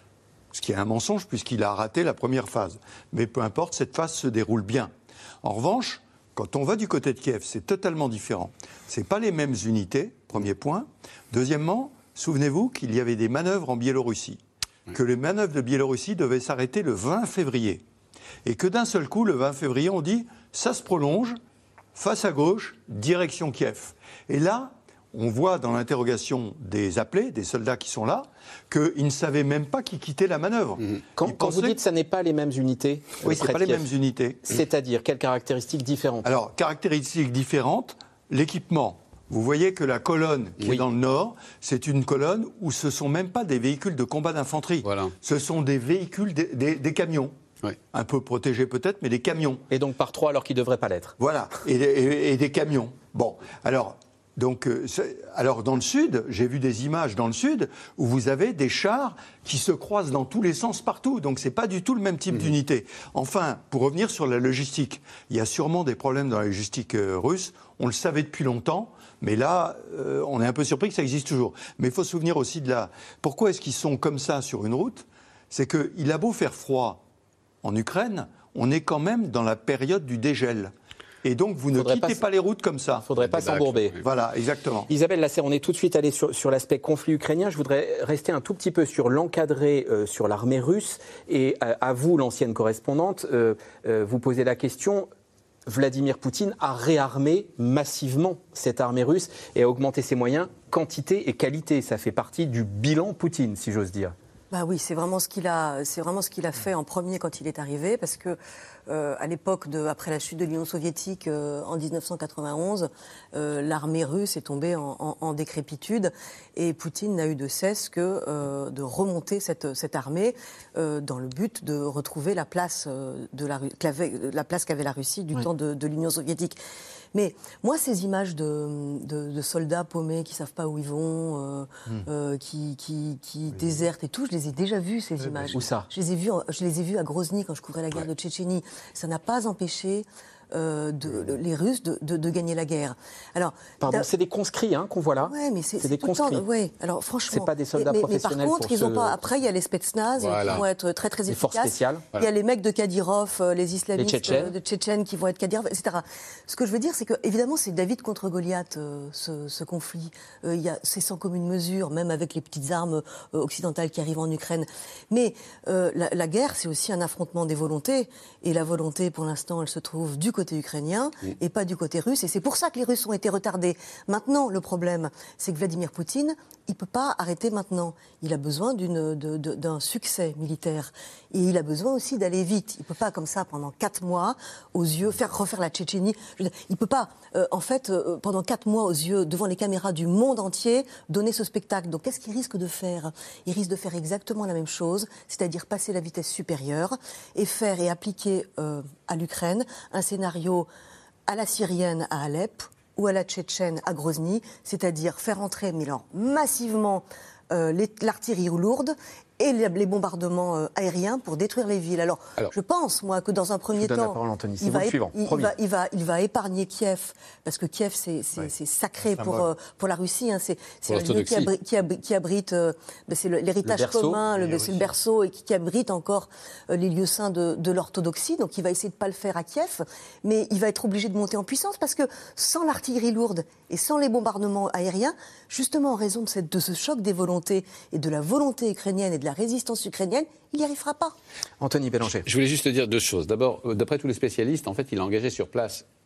Ce qui est un mensonge puisqu'il a raté la première phase. Mais peu importe, cette phase se déroule bien. En revanche, quand on va du côté de Kiev, c'est totalement différent. Ce n'est pas les mêmes unités, premier point. Deuxièmement, souvenez-vous qu'il y avait des manœuvres en Biélorussie. Que les manœuvres de Biélorussie devaient s'arrêter le vingt février. Et que d'un seul coup, le vingt février, on dit ça se prolonge, face à gauche, direction Kiev. Et là, on voit dans l'interrogation des appelés, des soldats qui sont là, qu'ils ne savaient même pas qui quittait la manœuvre. Mmh. Quand, quand vous dites que ce n'est pas les mêmes unités, oui, ce n'est pas les mêmes unités. C'est-à-dire, quelles caractéristiques différentes? Alors, caractéristiques différentes, l'équipement. Vous voyez que la colonne qui oui. est dans le nord, c'est une colonne où ce ne sont même pas des véhicules de combat d'infanterie. Voilà. Ce sont des véhicules, des, des, des camions. Oui. Un peu protégés peut-être, mais des camions. Et donc par trois alors qu'ils ne devraient pas l'être. Voilà, et, et, et des camions. Bon, alors... Donc, euh, alors dans le sud, j'ai vu des images dans le sud où vous avez des chars qui se croisent dans tous les sens partout. Donc, ce n'est pas du tout le même type mmh. d'unité. Enfin, pour revenir sur la logistique, il y a sûrement des problèmes dans la logistique euh, russe. On le savait depuis longtemps, mais là, euh, on est un peu surpris que ça existe toujours. Mais il faut se souvenir aussi de la... Pourquoi est-ce qu'ils sont comme ça sur une route? C'est qu'il a beau faire froid en Ukraine, on est quand même dans la période du dégel. Et donc, vous ne quittez pas, pas les routes comme ça. Il ne faudrait pas s'embourber. Voilà, exactement. Isabelle Lasserre, on est tout de suite allé sur, sur l'aspect conflit ukrainien. Je voudrais rester un tout petit peu sur l'encadré euh, sur l'armée russe. Et à, à vous, l'ancienne correspondante, euh, euh, vous posez la question... Vladimir Poutine a réarmé massivement cette armée russe et a augmenté ses moyens, quantité et qualité. Ça fait partie du bilan Poutine, si j'ose dire. Bah oui, c'est vraiment ce qu'il a, c'est vraiment ce qu'il a fait en premier quand il est arrivé, parce que euh, à l'époque de, après la chute de l'Union soviétique euh, en dix-neuf cent quatre-vingt-onze, euh, l'armée russe est tombée en, en, en décrépitude et Poutine n'a eu de cesse que euh, de remonter cette, cette armée euh, dans le but de retrouver la place de la, la place qu'avait la Russie du oui. temps de, de l'Union soviétique. Mais moi, ces images de, de, de soldats paumés qui ne savent pas où ils vont, euh, mmh. euh, qui, qui, qui oui. désertent et tout, je les ai déjà vues, ces oui, images. Où ça? Je les ai vues, je les ai vues à Grozny quand je couvrais la guerre ouais. de Tchétchénie. Ça n'a pas empêché euh, de, de, les Russes de, de, de gagner la guerre. Alors, Pardon, c'est des conscrits hein, qu'on voit là. Ouais, mais c'est, c'est des conscrits. Oui, alors franchement. C'est pas des soldats mais, professionnels. Mais par contre, pour ils ont ce... pas. Après, il y a les Spetsnaz voilà. qui vont être très très les efficaces. Forces spéciales. Voilà. Il y a les mecs de Kadyrov, les islamistes les Tchétchènes. de Tchétchènes qui vont être Kadyrov, et cetera. Ce que je veux dire, c'est que évidemment, c'est David contre Goliath, euh, ce, ce conflit. Euh, il y a, c'est sans commune mesure, même avec les petites armes euh, occidentales qui arrivent en Ukraine. Mais euh, la, la guerre, c'est aussi un affrontement des volontés, et la volonté, pour l'instant, elle se trouve du côté ukrainien. Oui. Et pas du côté russe, et c'est pour ça que les Russes ont été retardés. Maintenant, le problème, c'est que Vladimir Poutine, il ne peut pas arrêter maintenant. Il a besoin d'une, de, de, d'un succès militaire. Et il a besoin aussi d'aller vite. Il ne peut pas, comme ça, pendant quatre mois, aux yeux, faire refaire la Tchétchénie. Je veux dire, il ne peut pas, euh, en fait, euh, pendant quatre mois, aux yeux, devant les caméras du monde entier, donner ce spectacle. Donc, qu'est-ce qu'il risque de faire? Il risque de faire exactement la même chose, c'est-à-dire passer la vitesse supérieure et faire et appliquer euh, à l'Ukraine un scénario à la syrienne à Alep ou à la tchétchène à Grozny, c'est-à-dire faire entrer mais alors, massivement euh, les, l'artillerie lourde et les, les bombardements euh, aériens pour détruire les villes. Alors, Alors, je pense, moi, que dans un premier temps, parole, Anthony, il, va é- il, il, va, il, va, il va épargner Kiev, parce que Kiev, c'est, c'est, ouais. c'est sacré c'est pour, euh, pour la Russie. Hein, c'est c'est un lieu qui, abri, qui, abri, qui abrite, euh, ben c'est le, l'héritage le commun, le, c'est le berceau, et qui, qui abrite encore euh, les lieux saints de, de l'orthodoxie. Donc, il va essayer de ne pas le faire à Kiev, mais il va être obligé de monter en puissance, parce que sans l'artillerie lourde et sans les bombardements aériens, justement en raison de, cette, de ce choc des volontés et de la volonté ukrainienne et de la résistance ukrainienne, il n'y arrivera pas. Anthony Bélanger. Je voulais juste te dire deux choses. D'abord, d'après tous les spécialistes, en fait, il a engagé sur place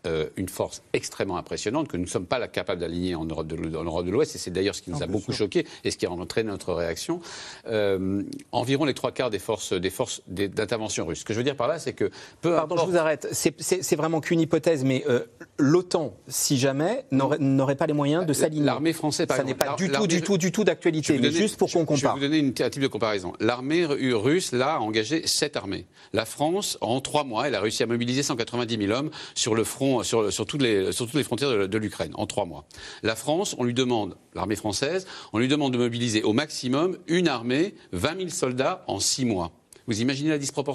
euh, une force extrêmement impressionnante que nous ne sommes pas capables d'aligner en Europe de, en Europe de l'Ouest, et c'est d'ailleurs ce qui nous non, a beaucoup sûr. choqué et ce qui a entraîné notre réaction. Euh, environ les trois quarts des forces, des forces des, d'intervention russes. Ce que je veux dire par là, c'est que peu Pardon, importe... je vous arrête. C'est, c'est, c'est vraiment qu'une hypothèse, mais euh, l'OTAN, si jamais, n'aurait, n'aurait pas les moyens de s'aligner. L'armée française, par ça exemple, n'est pas du tout, l'armée... du tout, du tout d'actualité, mais donner, juste pour qu'on compare. Je vais vous donner une, un type de comparaison. L'armée russe, là, a engagé sept armées. La France, en trois mois, elle a réussi à mobiliser cent quatre-vingt-dix mille hommes sur le front, sur, sur, toutes, les, sur toutes les frontières de, de l'Ukraine, en trois mois. La France, on lui demande, l'armée française, on lui demande de mobiliser au maximum une armée, vingt mille soldats en six mois. Vous imaginez la disproportion ?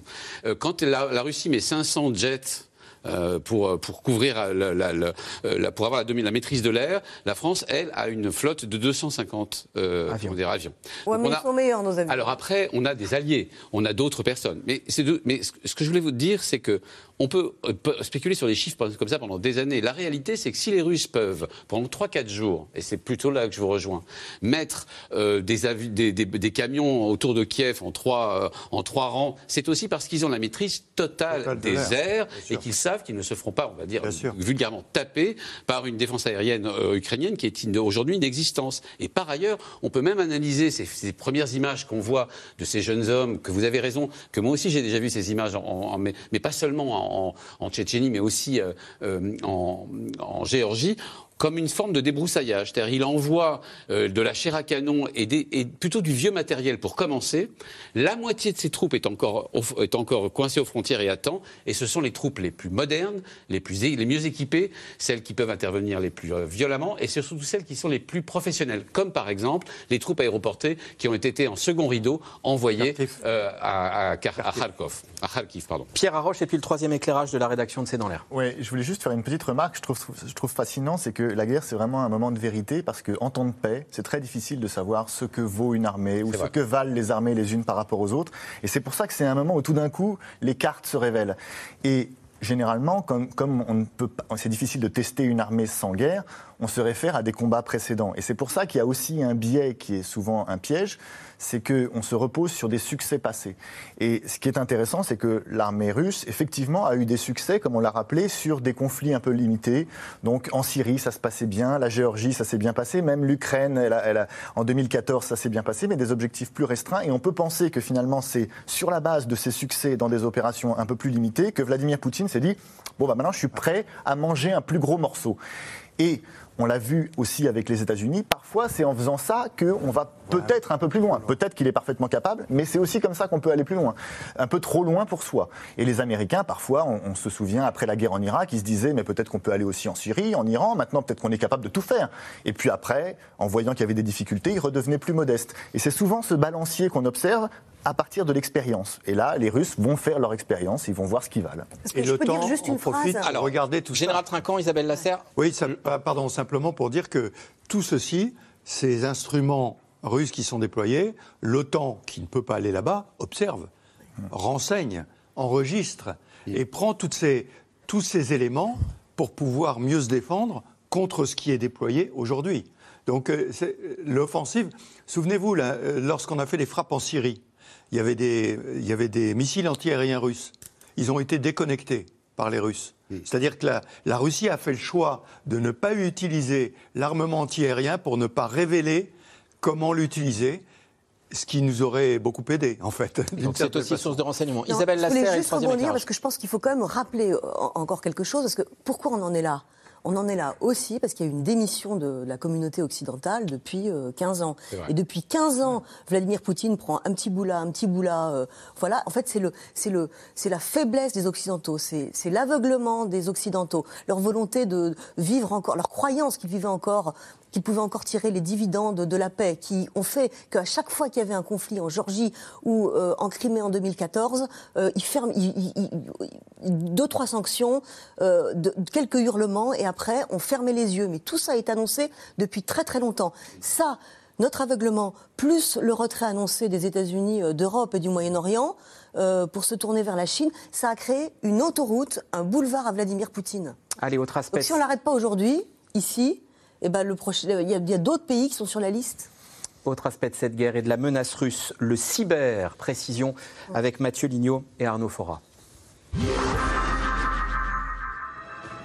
Quand la, la Russie met cinq cents jets Euh, pour, pour couvrir la, la, la, la, pour avoir la, la maîtrise de l'air, la France, elle, a une flotte de deux cent cinquante euh, avions. Dire, avions. Ouais, mais on ils a, sont meilleurs, nos avions. Alors après, on a des alliés, on a d'autres personnes. Mais, c'est de, mais ce que je voulais vous dire, c'est que on peut, peut spéculer sur des chiffres comme ça pendant des années. La réalité, c'est que si les Russes peuvent, pendant trois quatre jours, et c'est plutôt là que je vous rejoins, mettre euh, des, avi- des, des, des camions autour de Kiev en trois, euh, en trois rangs, c'est aussi parce qu'ils ont la maîtrise totale Total des de airs et qu'ils savent qu'ils ne se feront pas, on va dire, vulgairement tapés par une défense aérienne euh, ukrainienne qui est aujourd'hui inexistante. Et par ailleurs, on peut même analyser ces, ces premières images qu'on voit de ces jeunes hommes, que vous avez raison, que moi aussi j'ai déjà vu ces images, en, en, mais, mais pas seulement en, en Tchétchénie, mais aussi euh, euh, en, en Géorgie, comme une forme de débroussaillage. C'est-à-dire il envoie euh, de la chair à canon et, des, et plutôt du vieux matériel pour commencer. La moitié de ces troupes est encore, est encore coincée aux frontières et attend. Et ce sont les troupes les plus modernes, les, plus, les mieux équipées, celles qui peuvent intervenir les plus euh, violemment, et c'est surtout celles qui sont les plus professionnelles, comme par exemple les troupes aéroportées qui ont été en second rideau envoyées euh, à, à, à Kharkov. À Kharkiv, pardon. Pierre Haroche, et puis le troisième éclairage de la rédaction de C'est dans l'air. Oui, je voulais juste faire une petite remarque. Je trouve, je trouve fascinant, c'est que la guerre, c'est vraiment un moment de vérité, parce qu'en temps de paix, c'est très difficile de savoir ce que vaut une armée ou c'est ce vrai. que valent les armées les unes par rapport aux autres. Et c'est pour ça que c'est un moment où tout d'un coup, les cartes se révèlent. Et généralement, comme, comme on ne peut pas, c'est difficile de tester une armée sans guerre, on se réfère à des combats précédents. Et c'est pour ça qu'il y a aussi un biais qui est souvent un piège, c'est qu'on se repose sur des succès passés. Et ce qui est intéressant, c'est que l'armée russe, effectivement, a eu des succès, comme on l'a rappelé, sur des conflits un peu limités. Donc en Syrie, ça se passait bien, la Géorgie, ça s'est bien passé, même l'Ukraine, elle a, elle a, en deux mille quatorze, ça s'est bien passé, mais des objectifs plus restreints. Et on peut penser que finalement, c'est sur la base de ces succès dans des opérations un peu plus limitées que Vladimir Poutine s'est dit « Bon, bah maintenant, je suis prêt à manger un plus gros morceau ». Et on l'a vu aussi avec les États-Unis, parfois c'est en faisant ça qu'on va peut-être un peu plus loin. Peut-être qu'il est parfaitement capable, mais c'est aussi comme ça qu'on peut aller plus loin. Un peu trop loin pour soi. Et les Américains, parfois, on, on se souvient, après la guerre en Irak, ils se disaient, mais peut-être qu'on peut aller aussi en Syrie, en Iran, maintenant peut-être qu'on est capable de tout faire. Et puis après, en voyant qu'il y avait des difficultés, ils redevenaient plus modestes. Et c'est souvent ce balancier qu'on observe à partir de l'expérience. Et là, les Russes vont faire leur expérience, ils vont voir ce qu'ils valent. Est-ce que et je peux dire juste une phrase ? Alors, regardez tout Général ça. Trinquant, Isabelle Lasserre. Oui, ça, pardon, simplement pour dire que tout ceci, ces instruments russes qui sont déployés, l'OTAN, qui ne peut pas aller là-bas, observe, renseigne, enregistre et prend toutes ces, tous ces éléments pour pouvoir mieux se défendre contre ce qui est déployé aujourd'hui. Donc euh, l'offensive, souvenez-vous, là, euh, lorsqu'on a fait les frappes en Syrie, il y avait des, il y avait des missiles antiaériens russes. Ils ont été déconnectés par les Russes. Mmh. C'est-à-dire que la, la Russie a fait le choix de ne pas utiliser l'armement antiaérien pour ne pas révéler comment l'utiliser, ce qui nous aurait beaucoup aidé, en fait. Donc c'est aussi source de renseignement. Non, Isabelle Lasserre, je voulais et juste rebondir parce que je pense qu'il faut quand même rappeler encore quelque chose, parce que pourquoi on en est là ? On en est là aussi parce qu'il y a eu une démission de la communauté occidentale depuis quinze ans. Et depuis quinze ans, Vladimir Poutine prend un petit bout là, un petit bout là. Euh, voilà, en fait, c'est, le, c'est, le, c'est la faiblesse des Occidentaux, c'est, c'est l'aveuglement des Occidentaux, leur volonté de vivre encore, leur croyance qu'ils vivaient encore, qu'ils pouvaient encore tirer les dividendes de la paix, qui ont fait qu'à chaque fois qu'il y avait un conflit en Géorgie ou euh, en Crimée en deux mille quatorze, euh, ils ferment ils, ils, ils, deux, trois sanctions, euh, de, quelques hurlements, et après, on fermait les yeux. Mais tout ça est annoncé depuis très très longtemps. Ça, notre aveuglement, plus le retrait annoncé des États-Unis, d'Europe et du Moyen-Orient, euh, pour se tourner vers la Chine, ça a créé une autoroute, un boulevard à Vladimir Poutine. Allez, autre aspect. Donc si on ne l'arrête pas aujourd'hui, ici, eh ben le prochain, il y a, y a d'autres pays qui sont sur la liste. Autre aspect de cette guerre et de la menace russe, le cyber. Précision avec Mathieu Lignot et Arnaud Fora.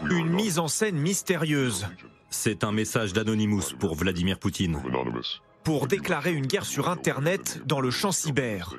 Une mise en scène mystérieuse. C'est un message d'Anonymous pour Vladimir Poutine. Pour déclarer une guerre sur Internet dans le champ cyber.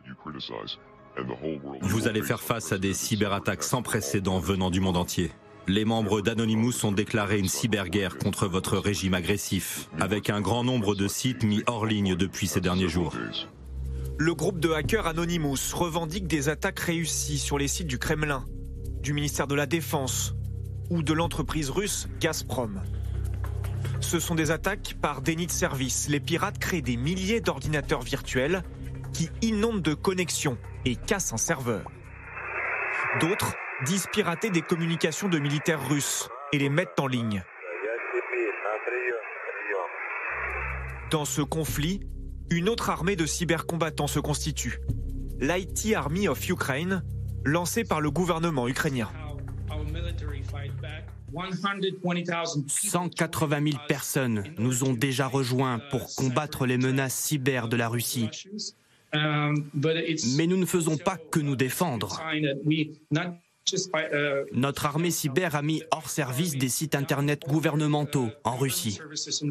Vous allez faire face à des cyberattaques sans précédent venant du monde entier. Les membres d'Anonymous ont déclaré une cyberguerre contre votre régime agressif, avec un grand nombre de sites mis hors ligne depuis ces derniers jours. Le groupe de hackers Anonymous revendique des attaques réussies sur les sites du Kremlin, du ministère de la Défense ou de l'entreprise russe Gazprom. Ce sont des attaques par déni de service. Les pirates créent des milliers d'ordinateurs virtuels qui inondent de connexions et cassent un serveur. D'autres disent pirater des communications de militaires russes et les mettent en ligne. Dans ce conflit, une autre armée de cybercombattants se constitue. l'I T Army of Ukraine, lancée par le gouvernement ukrainien. cent quatre-vingt mille personnes nous ont déjà rejoints pour combattre les menaces cyber de la Russie. Mais nous ne faisons pas que nous défendre. Notre armée cyber a mis hors service des sites internet gouvernementaux en Russie.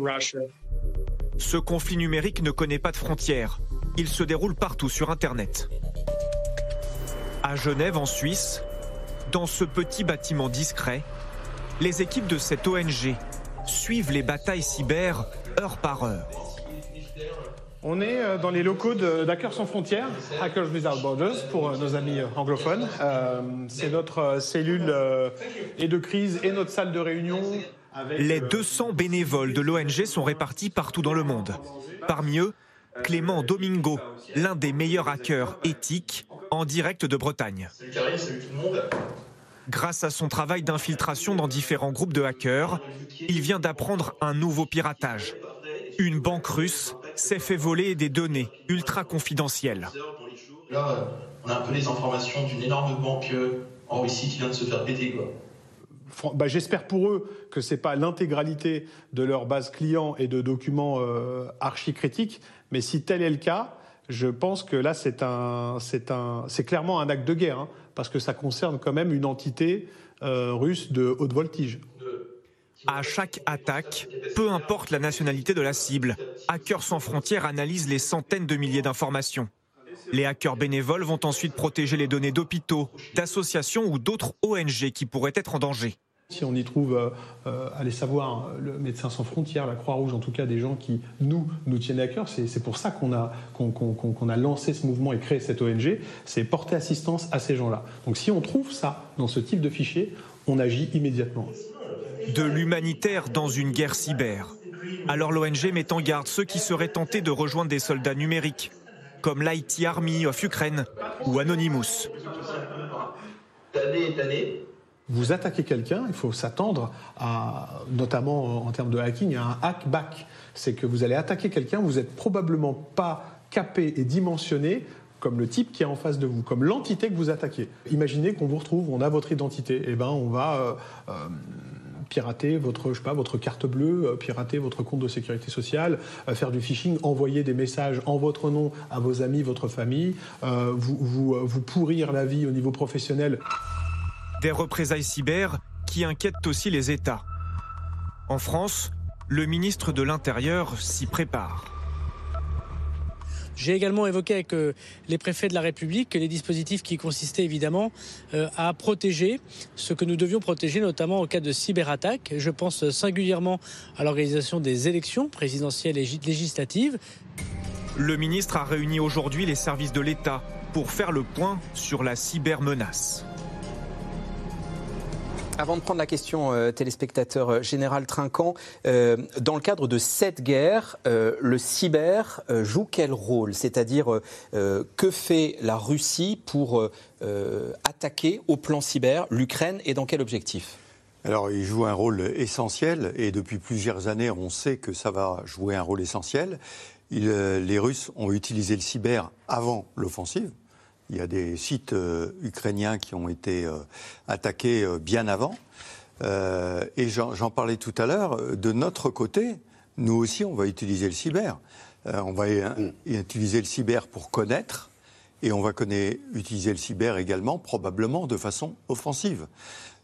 Ce conflit numérique ne connaît pas de frontières. Il se déroule partout sur Internet. À Genève, en Suisse, dans ce petit bâtiment discret, les équipes de cette O N G suivent les batailles cyber heure par heure. On est dans les locaux d'Hackers sans frontières, Hackers Without Borders, pour nos amis anglophones. Euh, c'est notre cellule euh, et de crise et notre salle de réunion. Avec, les deux cents bénévoles de l'O N G sont répartis partout dans le monde. Parmi eux, Clément Domingo, l'un des meilleurs hackers éthiques, en direct de Bretagne. Salut Karine, salut tout le monde. Grâce à son travail d'infiltration dans différents groupes de hackers, il vient d'apprendre un nouveau piratage. Une banque russe s'est fait voler des données ultra confidentielles. Là, on a un peu les informations d'une énorme banque en Russie qui vient de se faire péter, quoi. Bah, j'espère pour eux que ce n'est pas l'intégralité de leur base client et de documents euh, archi-critiques, mais si tel est le cas, je pense que là, c'est un, c'est un, c'est clairement un acte de guerre, hein, parce que ça concerne quand même une entité euh, russe de haute voltige. À chaque attaque, peu importe la nationalité de la cible, Hackers sans frontières analyse les centaines de milliers d'informations. Les hackers bénévoles vont ensuite protéger les données d'hôpitaux, d'associations ou d'autres O N G qui pourraient être en danger. Si on y trouve, euh, allez savoir, le Médecins sans frontières, la Croix-Rouge, en tout cas des gens qui, nous, nous tiennent à cœur, c'est, c'est pour ça qu'on a, qu'on, qu'on, qu'on a lancé ce mouvement et créé cette O N G, c'est porter assistance à ces gens-là. Donc si on trouve ça dans ce type de fichier, on agit immédiatement. De l'humanitaire dans une guerre cyber. Alors l'O N G met en garde ceux qui seraient tentés de rejoindre des soldats numériques, comme l'I T Army of Ukraine ou Anonymous. Vous attaquez quelqu'un, il faut s'attendre à, notamment en termes de hacking, à un hack-back. C'est que vous allez attaquer quelqu'un, vous n'êtes probablement pas capé et dimensionné comme le type qui est en face de vous, comme l'entité que vous attaquez. Imaginez qu'on vous retrouve, on a votre identité, et ben on va euh, euh, pirater votre, je sais pas, votre carte bleue, euh, pirater votre compte de sécurité sociale, euh, faire du phishing, envoyer des messages en votre nom à vos amis, votre famille, euh, vous, vous, euh, vous pourrir la vie au niveau professionnel. Des représailles cyber qui inquiètent aussi les États. En France, le ministre de l'Intérieur s'y prépare. J'ai également évoqué avec euh, les préfets de la République les dispositifs qui consistaient évidemment euh, à protéger ce que nous devions protéger, notamment en cas de cyberattaque. Je pense singulièrement à l'organisation des élections présidentielles et législatives. Le ministre a réuni aujourd'hui les services de l'État pour faire le point sur la cybermenace. Avant de prendre la question, euh, téléspectateur euh, Général Trinquant, euh, dans le cadre de cette guerre, euh, le cyber euh, joue quel rôle ? C'est-à-dire, euh, que fait la Russie pour euh, attaquer au plan cyber l'Ukraine et dans quel objectif ? Alors, il joue un rôle essentiel et depuis plusieurs années, on sait que ça va jouer un rôle essentiel. Il, euh, les Russes ont utilisé le cyber avant l'offensive. Il y a des sites euh, ukrainiens qui ont été euh, attaqués euh, bien avant. Euh, et j'en, j'en parlais tout à l'heure. De notre côté, nous aussi, on va utiliser le cyber. Euh, on va mmh. utiliser le cyber pour connaître. Et on va connaître, utiliser le cyber également, probablement de façon offensive.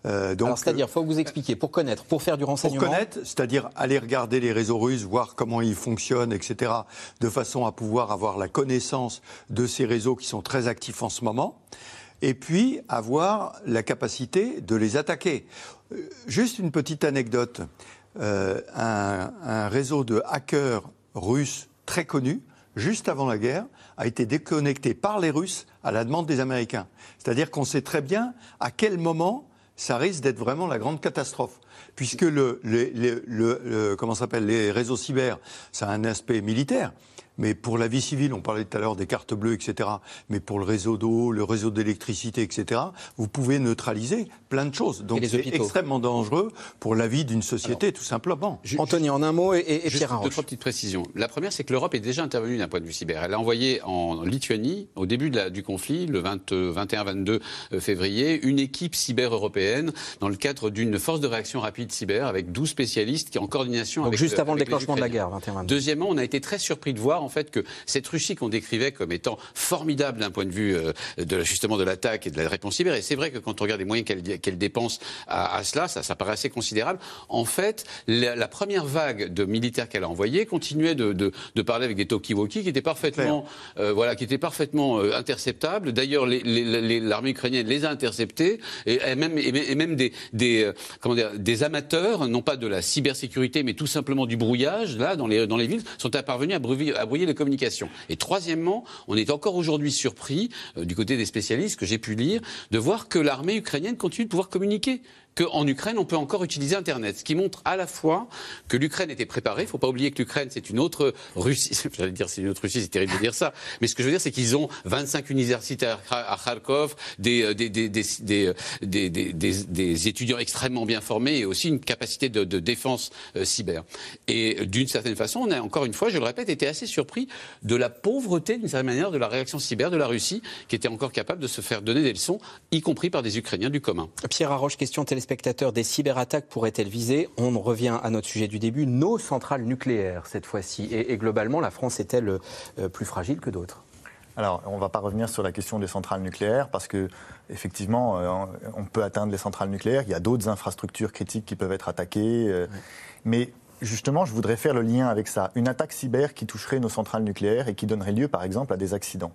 Euh, donc, Alors, c'est-à-dire, il faut que vous expliquiez, pour connaître, pour faire du renseignement. Pour connaître, c'est-à-dire aller regarder les réseaux russes, voir comment ils fonctionnent, et cetera, de façon à pouvoir avoir la connaissance de ces réseaux qui sont très actifs en ce moment, et puis avoir la capacité de les attaquer. Juste une petite anecdote. Euh, un, un réseau de hackers russes très connu, juste avant la guerre, a été déconnecté par les Russes à la demande des Américains. C'est-à-dire qu'on sait très bien à quel moment ça risque d'être vraiment la grande catastrophe. Puisque le, le, le, le, le, comment ça s'appelle, les réseaux cyber, ça a un aspect militaire. Mais pour la vie civile, on parlait tout à l'heure des cartes bleues, et cetera. Mais pour le réseau d'eau, le réseau d'électricité, et cetera, vous pouvez neutraliser plein de choses. Donc c'est extrêmement dangereux pour la vie d'une société, Alors, tout simplement. Anthony, en un mot, et, et Pierre Haroche. Deux, trois petites précisions. La première, c'est que l'Europe est déjà intervenue d'un point de vue cyber. Elle a envoyé en Lituanie, au début de la, du conflit, le vingt, vingt et un vingt-deux février, une équipe cyber européenne dans le cadre d'une force de réaction rapide cyber avec douze spécialistes qui en coordination Donc avec juste avant avec le déclenchement de la guerre, vingt et un vingt-deux. Deuxièmement, on a été très surpris de voir en fait que cette Russie qu'on décrivait comme étant formidable d'un point de vue euh, de, justement de l'attaque et de la réponse cyber, et c'est vrai que quand on regarde les moyens qu'elle qu'elle dépense à, à cela, ça, ça paraît assez considérable. En fait, la, la première vague de militaires qu'elle a envoyés continuait de, de, de parler avec des talkie-walkie qui étaient parfaitement, euh, voilà, qui étaient parfaitement euh, interceptables. D'ailleurs, les, les, les, l'armée ukrainienne les a interceptés et, et même, et, et même des, des, euh, comment dire, des amateurs, non pas de la cybersécurité, mais tout simplement du brouillage, là, dans les, dans les villes, sont parvenus à brouiller, à brouiller les communications. Et troisièmement, on est encore aujourd'hui surpris, euh, du côté des spécialistes que j'ai pu lire, de voir que l'armée ukrainienne continue de pouvoir communiquer. Qu'en Ukraine, on peut encore utiliser Internet. Ce qui montre à la fois que l'Ukraine était préparée. Il ne faut pas oublier que l'Ukraine, c'est une autre Russie. J'allais dire c'est une autre Russie, c'est terrible de dire ça. Mais ce que je veux dire, c'est qu'ils ont vingt-cinq universités à Kharkov, des, des, des, des, des, des, des, des, des étudiants extrêmement bien formés et aussi une capacité de, de défense euh, cyber. Et d'une certaine façon, on a encore une fois, je le répète, été assez surpris de la pauvreté, d'une certaine manière, de la réaction cyber de la Russie, qui était encore capable de se faire donner des leçons, y compris par des Ukrainiens du commun. Pierre Haroche, question télé spectateurs, des cyberattaques pourraient-elles viser, on revient à notre sujet du début, nos centrales nucléaires cette fois-ci, et, et globalement la France est-elle euh, plus fragile que d'autres ? Alors, on ne va pas revenir sur la question des centrales nucléaires parce que, effectivement, euh, on peut atteindre les centrales nucléaires. Il y a d'autres infrastructures critiques qui peuvent être attaquées. Euh, oui. Mais justement, je voudrais faire le lien avec ça. Une attaque cyber qui toucherait nos centrales nucléaires et qui donnerait lieu, par exemple, à des accidents.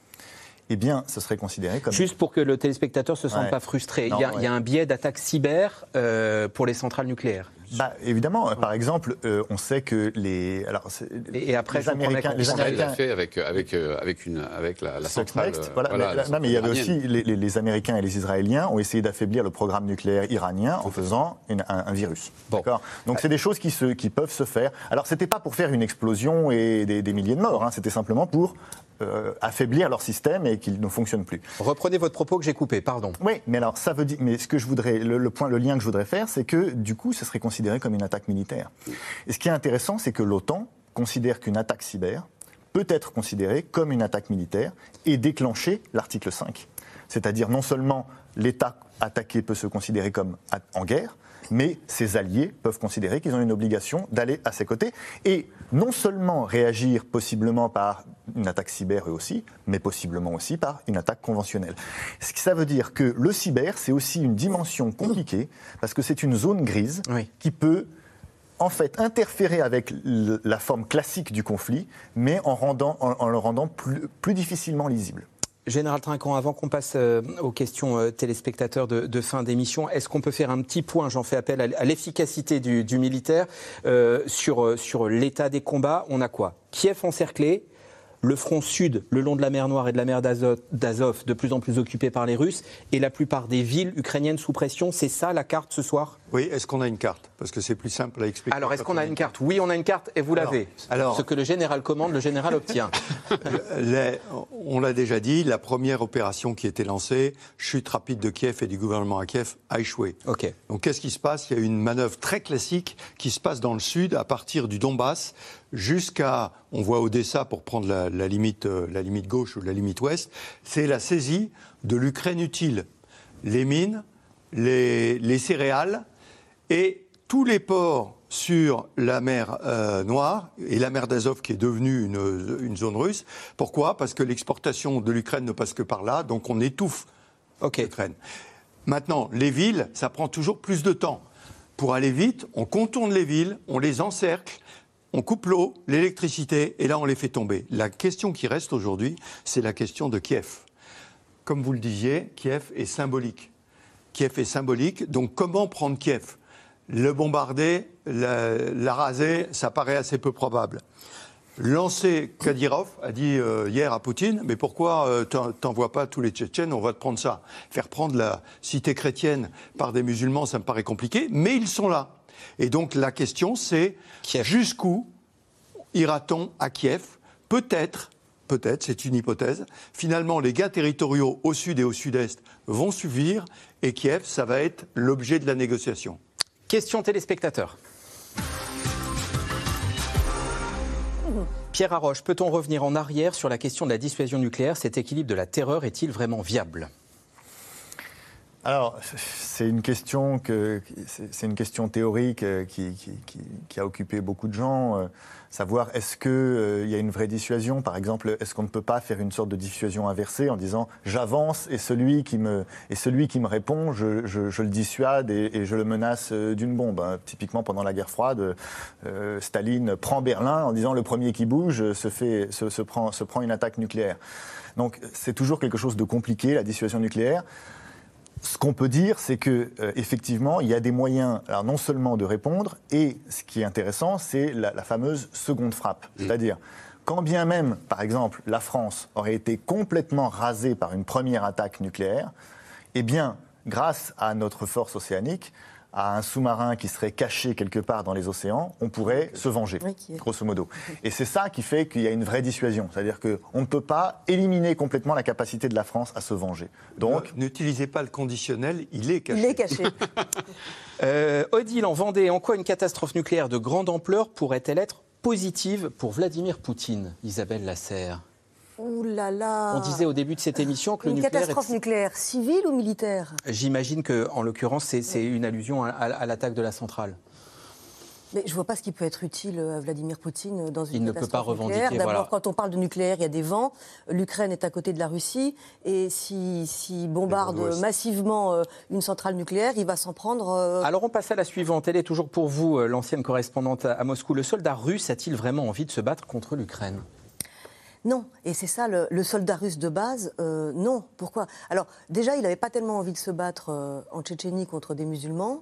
Eh bien, ce serait considéré comme... Juste pour que le téléspectateur ne se sente ouais. pas frustré, non, il, y a, ouais. il y a un biais d'attaque cyber euh, pour les centrales nucléaires. Bah, évidemment, par exemple, euh, on sait que les... Alors, et, et après, les Américains... Les Américains l'a fait avec, avec, avec, une, avec la, la centrale... Next, voilà, voilà, mais, la non, mais il y avait iranienne. aussi... Les, les, les Américains et les Israéliens ont essayé d'affaiblir le programme nucléaire iranien en faisant une, un, un virus. Bon. Donc c'est des choses qui, se, qui peuvent se faire. Alors, c'était pas pour faire une explosion et des, des milliers de morts, hein, c'était simplement pour... Euh, affaiblir leur système et qu'il ne fonctionne plus. Reprenez votre propos que j'ai coupé, pardon. Oui, mais alors ça veut dire, mais ce que je voudrais, le, le point, le lien que je voudrais faire, c'est que du coup, ce serait considéré comme une attaque militaire. Et ce qui est intéressant, c'est que l'OTAN considère qu'une attaque cyber peut être considérée comme une attaque militaire et déclencher l'article cinq. C'est-à-dire non seulement l'État attaqué peut se considérer comme en guerre, mais ses alliés peuvent considérer qu'ils ont une obligation d'aller à ses côtés et non seulement réagir possiblement par une attaque cyber eux aussi, mais possiblement aussi par une attaque conventionnelle. Ce que ça veut dire que le cyber, c'est aussi une dimension compliquée parce que c'est une zone grise oui. qui peut en fait interférer avec la forme classique du conflit, mais en, rendant, en, en le rendant plus, plus difficilement lisible. Général Trinquant, avant qu'on passe euh, aux questions euh, téléspectateurs de, de fin d'émission, est-ce qu'on peut faire un petit point, j'en fais appel à, à l'efficacité du, du militaire, euh, sur, euh, sur l'état des combats? On a quoi? Kiev encerclé, le front sud, le long de la mer Noire et de la mer d'Azov, d'Azov, de plus en plus occupé par les Russes, et la plupart des villes ukrainiennes sous pression. C'est ça la carte ce soir? Oui, est-ce qu'on a une carte? Parce que c'est plus simple à expliquer. Alors, est-ce qu'on a une carte? Oui, on a une carte et vous alors, l'avez. Alors, ce que le général commande, le général obtient. Les, on l'a déjà dit, la première opération qui était lancée, chute rapide de Kiev et du gouvernement à Kiev, a échoué. Okay. Donc qu'est-ce qui se passe? Il y a une manœuvre très classique qui se passe dans le sud, à partir du Donbass jusqu'à, on voit Odessa pour prendre la, la, limite, la limite gauche ou la limite ouest, c'est la saisie de l'Ukraine utile. Les mines, les, les céréales et tous les ports sur la mer euh, Noire et la mer d'Azov qui est devenue une, une zone russe. Pourquoi? Parce que l'exportation de l'Ukraine ne passe que par là, donc on étouffe okay. l'Ukraine. Maintenant, les villes, ça prend toujours plus de temps. Pour aller vite, on contourne les villes, on les encercle, on coupe l'eau, l'électricité, et là, on les fait tomber. La question qui reste aujourd'hui, c'est la question de Kiev. Comme vous le disiez, Kiev est symbolique. Kiev est symbolique, donc comment prendre Kiev ? Le bombarder, la, la raser, ça paraît assez peu probable. Lancer, Kadyrov a dit euh, hier à Poutine, mais pourquoi euh, t'envoies pas tous les Tchétchènes, on va te prendre ça. Faire prendre la cité chrétienne par des musulmans, ça me paraît compliqué, mais ils sont là. Et donc la question c'est, jusqu'où ira-t-on à Kiev ? Peut-être, peut-être, c'est une hypothèse, finalement les gains territoriaux au sud et au sud-est vont suffire, et Kiev, ça va être l'objet de la négociation. Question téléspectateur. Pierre Haroche, peut-on revenir en arrière sur la question de la dissuasion nucléaire ? Cet équilibre de la terreur est-il vraiment viable ? Alors, c'est une question que c'est une question théorique qui, qui, qui, qui a occupé beaucoup de gens. Euh, savoir est-ce qu'il euh, y a une vraie dissuasion ? Par exemple, est-ce qu'on ne peut pas faire une sorte de dissuasion inversée en disant j'avance et celui qui me et celui qui me répond, je, je, je le dissuade et, et je le menace d'une bombe. Hein. Typiquement pendant la guerre froide, euh, Staline prend Berlin en disant le premier qui bouge se fait se, se prend se prend une attaque nucléaire. Donc c'est toujours quelque chose de compliqué, la dissuasion nucléaire. Ce qu'on peut dire, c'est que euh, effectivement, il y a des moyens, alors non seulement de répondre, et ce qui est intéressant, c'est la, la fameuse seconde frappe. Mmh. C'est-à-dire, quand bien même, par exemple, la France aurait été complètement rasée par une première attaque nucléaire, eh bien, grâce à notre force océanique, à un sous-marin qui serait caché quelque part dans les océans, on pourrait se venger, grosso modo. Et c'est ça qui fait qu'il y a une vraie dissuasion. C'est-à-dire qu'on ne peut pas éliminer complètement la capacité de la France à se venger. Donc, n'utilisez pas le conditionnel, il est caché. Il est caché. euh, Odile, en Vendée, en quoi une catastrophe nucléaire de grande ampleur pourrait-elle être positive pour Vladimir Poutine, Isabelle Lasserre ? Ouh là là. On disait au début de cette émission que une le nucléaire... Une catastrophe est... nucléaire civile ou militaire ? J'imagine qu'en l'occurrence, c'est, c'est une allusion à, à, à l'attaque de la centrale. Mais je ne vois pas ce qui peut être utile à Vladimir Poutine dans une il catastrophe nucléaire. Il ne peut pas revendiquer, D'abord, voilà. Quand on parle de nucléaire, il y a des vents. L'Ukraine est à côté de la Russie. Et s'il si, si bombarde massivement une centrale nucléaire, il va s'en prendre... Euh... Alors on passe à la suivante. Elle est toujours pour vous, l'ancienne correspondante à Moscou. Le soldat russe a-t-il vraiment envie de se battre contre l'Ukraine ? Non, et c'est ça, le, le soldat russe de base, euh, non. Pourquoi ? Alors, déjà, il n'avait pas tellement envie de se battre euh, en Tchétchénie contre des musulmans.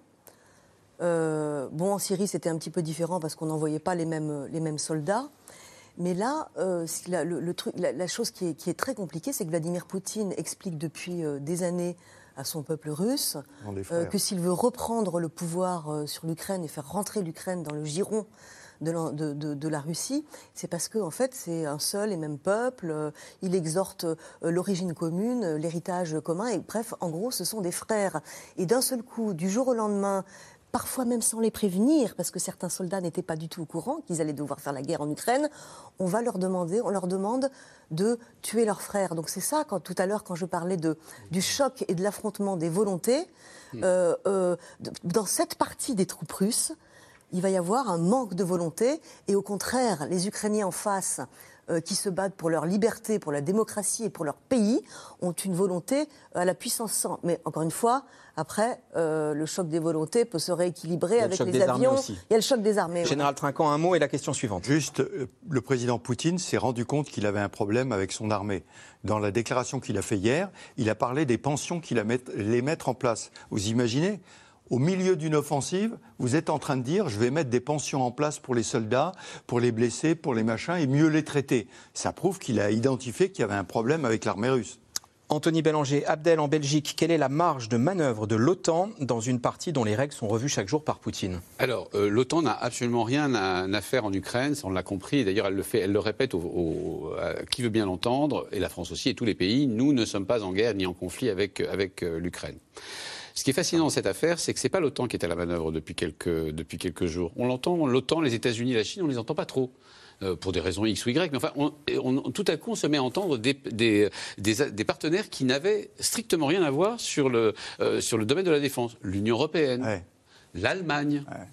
Euh, bon, en Syrie, c'était un petit peu différent parce qu'on n'envoyait pas les mêmes, les mêmes soldats. Mais là, euh, la, le, le truc, la, la chose qui est, qui est très compliquée, c'est que Vladimir Poutine explique depuis euh, des années à son peuple russe euh, que s'il veut reprendre le pouvoir euh, sur l'Ukraine et faire rentrer l'Ukraine dans le giron De la, de, de, de la Russie, c'est parce que en fait, c'est un seul et même peuple. Euh, il exhorte euh, l'origine commune, euh, l'héritage commun. Et bref, en gros, ce sont des frères. Et d'un seul coup, du jour au lendemain, parfois même sans les prévenir, parce que certains soldats n'étaient pas du tout au courant qu'ils allaient devoir faire la guerre en Ukraine, on va leur demander, on leur demande de tuer leurs frères. Donc c'est ça, quand, tout à l'heure, quand je parlais de, du choc et de l'affrontement des volontés, euh, euh, dans cette partie des troupes russes, il va y avoir un manque de volonté et au contraire, les Ukrainiens en face euh, qui se battent pour leur liberté, pour la démocratie et pour leur pays ont une volonté à la puissance cent. Mais encore une fois, après, euh, le choc des volontés peut se rééquilibrer avec les avions. Il y a le choc des armées. Général ouais. Trinquant, un mot et la question suivante. Juste, euh, le président Poutine s'est rendu compte qu'il avait un problème avec son armée. Dans la déclaration qu'il a fait hier, il a parlé des pensions qu'il allait les mettre en place. Vous imaginez ? Au milieu d'une offensive, vous êtes en train de dire « je vais mettre des pensions en place pour les soldats, pour les blessés, pour les machins, et mieux les traiter ». Ça prouve qu'il a identifié qu'il y avait un problème avec l'armée russe. Anthony Bélanger, Abdel en Belgique, quelle est la marge de manœuvre de l'OTAN dans une partie dont les règles sont revues chaque jour par Poutine ? Alors, euh, l'OTAN n'a absolument rien à, à faire en Ukraine, on l'a compris, et d'ailleurs elle le, fait, elle le répète au, au, à qui veut bien l'entendre, et la France aussi, et tous les pays, nous ne sommes pas en guerre ni en conflit avec, avec euh, l'Ukraine. Ce qui est fascinant dans cette affaire, c'est que c'est pas l'OTAN qui est à la manœuvre depuis quelques, depuis quelques jours. On l'entend, l'OTAN, les États-Unis, la Chine, on les entend pas trop. Euh, pour des raisons X ou Y, mais enfin, on, on, tout à coup, on se met à entendre des, des, des, des partenaires qui n'avaient strictement rien à voir sur le, euh, sur le domaine de la défense. L'Union européenne, ouais. l'Allemagne, ouais.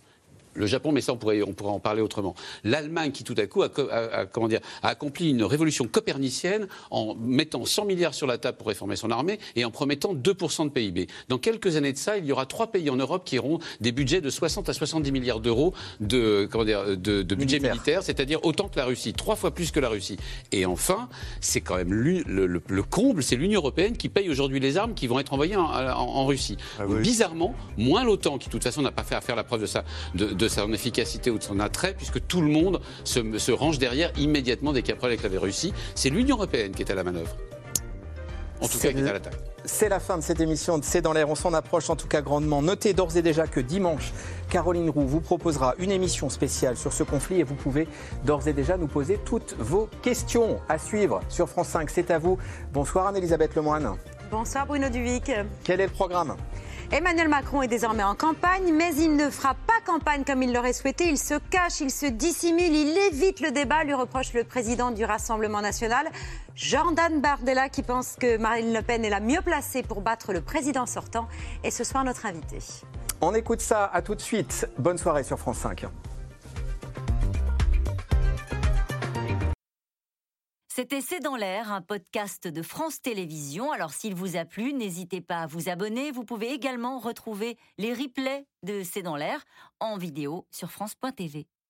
Le Japon, mais ça on pourrait, on pourrait en parler autrement. L'Allemagne qui tout à coup a, a, a, comment dire, a accompli une révolution copernicienne en mettant cent milliards sur la table pour réformer son armée et en promettant deux pour cent de P I B. Dans quelques années de ça, il y aura trois pays en Europe qui auront des budgets de soixante à soixante-dix milliards d'euros de, comment dire, de, de budget militaire, militaire c'est-à-dire autant que la Russie, trois fois plus que la Russie. Et enfin, c'est quand même le, le, le comble, c'est l'Union européenne qui paye aujourd'hui les armes qui vont être envoyées en, en, en Russie. Ah oui. Bizarrement, moins l'OTAN, qui de toute façon n'a pas fait à faire la preuve de ça. De, de son efficacité ou de son attrait, puisque tout le monde se, se range derrière immédiatement dès qu'il y a problème avec la Russie. C'est l'Union européenne qui est à la manœuvre. En tout cas, qui est à l'attaque. C'est la fin de cette émission de C'est dans l'air. On s'en approche en tout cas grandement. Notez d'ores et déjà que dimanche, Caroline Roux vous proposera une émission spéciale sur ce conflit et vous pouvez d'ores et déjà nous poser toutes vos questions à suivre sur France cinq. C'est à vous. Bonsoir Anne-Elisabeth Lemoine. Bonsoir Bruno Duvic. Quel est le programme ? Emmanuel Macron est désormais en campagne, mais il ne fera pas campagne comme il l'aurait souhaité. Il se cache, il se dissimule, il évite le débat, lui reproche le président du Rassemblement national, Jordan Bardella, qui pense que Marine Le Pen est la mieux placée pour battre le président sortant. Et ce soir, notre invité. On écoute ça, à tout de suite. Bonne soirée sur France cinq. C'était C'est dans l'air, un podcast de France Télévisions. Alors s'il vous a plu, n'hésitez pas à vous abonner. Vous pouvez également retrouver les replays de C'est dans l'air en vidéo sur France point T V.